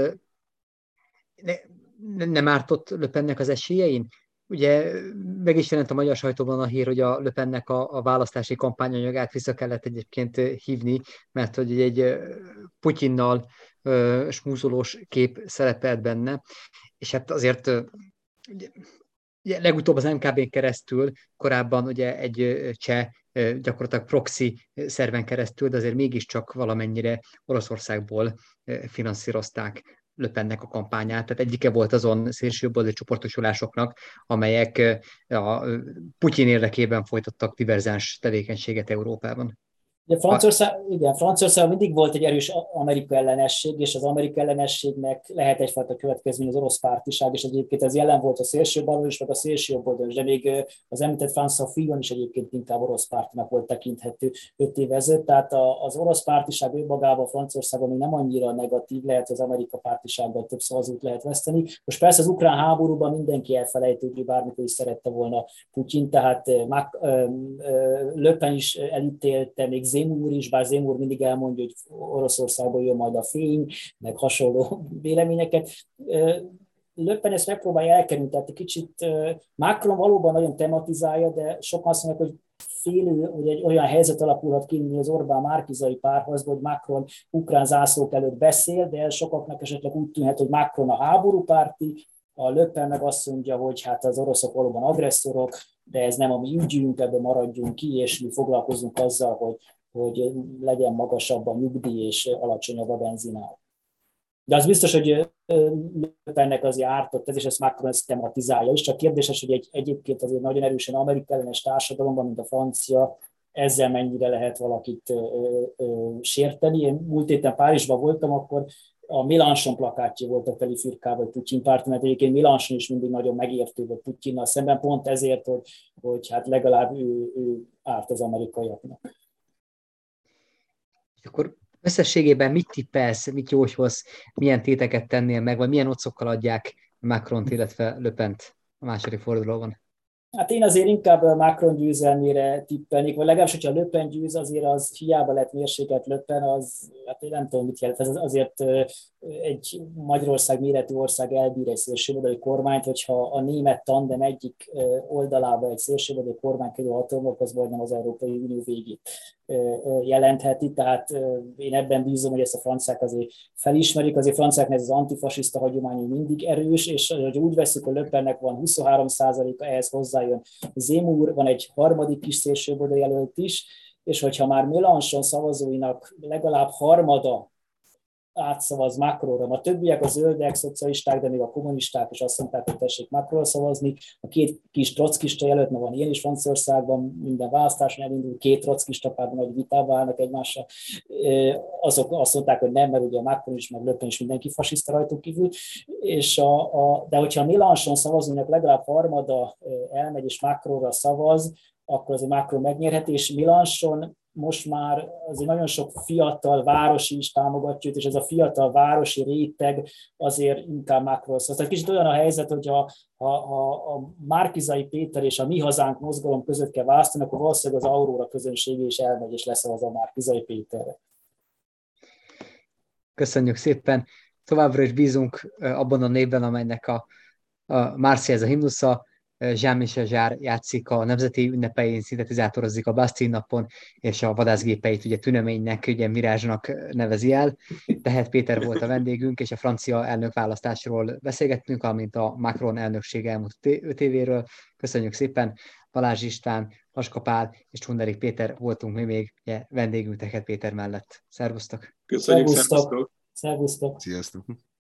ne, nem ártott Le Pennek az esélyein? Ugye meg is jelent a magyar sajtóban a hír, hogy a Le Pennek a, a választási kampányanyagát vissza kellett egyébként hívni, mert hogy egy Putyinnal smúzolós kép szerepelt benne, és hát azért ugye, ugye, legutóbb az em ká bén keresztül, korábban ugye egy cseh gyakorlatilag proxy szerven keresztül, de azért mégiscsak valamennyire Oroszországból finanszírozták Le Pennek a kampányát, tehát egyike volt azon szélsőjobboldali csoportosulásoknak, amelyek a Putyin érdekében folytattak diverzáns tevékenységet Európában. De Franciaország, igen, Franciaország mindig volt egy erős Amerika ellenesség, és az Amerika ellenességnek lehet egyfajta következmény az orosz pártiság, és egyébként ez jelen volt a szélső balon is, meg a szélső jobb oldalon is, de még az említett François Fillon is egyébként inkább orosz pártinak volt tekinthető öt év ezelőtt, tehát az orosz pártiság önmagában Franciaországban még nem annyira negatív, lehet, hogy az Amerika pártisággal több szavazót lehet veszteni. Most persze az ukrán háborúban mindenki elfelejtő, hogy bármikor is szerette volna Putyin, tehát Le Pen is elítélte, még Zemmour is, bár Zemmour mindig elmondja, hogy Oroszországból jön majd a fény, meg hasonló véleményeket. Le Pen ezt megpróbálja elkerülni, tehát egy kicsit Macron valóban nagyon tematizálja, de sokan azt mondják, hogy félő, hogy egy olyan helyzet alakulhat ki, mint az Orbán-Márkizai párharcban, hogy Macron ukrán zászlók előtt beszél, de sokaknak esetleg úgy tűnhet, hogy Macron a háborúpárti, a Le Pen meg azt mondja, hogy hát az oroszok valóban agresszorok, de ez nem a mi ügyünk, ebben maradjunk ki, és mi foglalkozunk azzal, hogy hogy legyen magasabb a nyugdíj és alacsonyabb a benzinár. De az biztos, hogy Le Pennek azért ártott ez, és ezt Macron ezt tematizálja is, csak kérdéses, hogy egy, egyébként azért nagyon erősen Amerika ellenes társadalomban, mint a francia, ezzel mennyire lehet valakit ö, ö, sérteni. Én múlt héten Párizsban voltam, akkor a Mélenchon plakátja voltak felifirkálva, vagy Putyin párti, mert egyébként Mélenchon is mindig nagyon megértő volt Putyinnal szemben, pont ezért, hogy, hogy hát legalább ő, ő árt az amerikaiaknak. Akkor összességében mit tippelsz, mit jósolsz, milyen téteket tennél meg, vagy milyen otcokkal adják Macront, illetve Le Pent a második fordulóban? Hát én azért inkább a Macron győzelmére tippelnék, vagy legalábbis, hogyha Le Pen győz, azért az hiába lett mérsékelt Le Pen, az, hát én nem tudom, mit jelent. Ez azért egy Magyarország méretű ország elbír egy szélsőjobboldali kormányt, hogyha a német tandem egyik oldalába egy szélsőjobboldali kormány kerül hatalomba, az majdnem az Európai Unió végét jelentheti, tehát én ebben bízom, hogy ezt a franciák azért felismerik, azért franciáknak ez az antifasiszta hagyomány mindig erős, és hogy úgy veszük, hogy Le Pennek van huszonhárom százaléka, ehhez hozzájön Zemmour, van egy harmadik kis szélsőjobboldali jelölt is, és hogyha már Mélenchon szavazóinak legalább harmada átszavaz Macronra. A többiek a zöldek, szocialisták, de még a kommunisták is azt mondták, hogy tessék Macronra szavazni. A két kis trockista jelölt, mert van ilyen is Franciaországban, minden választáson elindul, két trockista párban nagy vitába állnak egymással. Azok azt mondták, hogy nem, mert ugye a Macron is, meg Le Pen is mindenki fasiszta rajtuk kívül. És a, a, de hogyha a Mélenchon szavazóinak legalább harmada elmegy és Macronra szavaz, akkor azért Macron megnyerheti, és Mélenchon most már azért nagyon sok fiatal városi is támogatja őt, és ez a fiatal városi réteg azért inkább Macron szól. Tehát kicsit olyan a helyzet, hogy ha, ha, ha a Márki-Zay Péter és a Mi Hazánk mozgalom között kell választani, akkor valószínűleg az Aurora közönsége is elmegy, és leszavaz a Márki-Zay Péterre. Köszönjük szépen! Továbbra is bízunk abban a névben, amelynek a, a Marseillaise a himnusza. Jean-Michel Jarre játszik a nemzeti ünnepein, szintetizátorozik a Bastille napon, és a vadászgépeit ugye tüneménynek, ugye Mirázsnak nevezi el. Tehát Péter volt a vendégünk, és a francia elnökválasztásról beszélgettünk, amint a Macron elnökség elmúlt öt évéről. Köszönjük szépen! Balázs István, Vaska Pál és Csunderik Péter voltunk mi még ugye, vendégünk Tehet Péter mellett. Szervusztok! Köszönjük, szervusztok! szervusztok! Szervusztok! Sziasztok!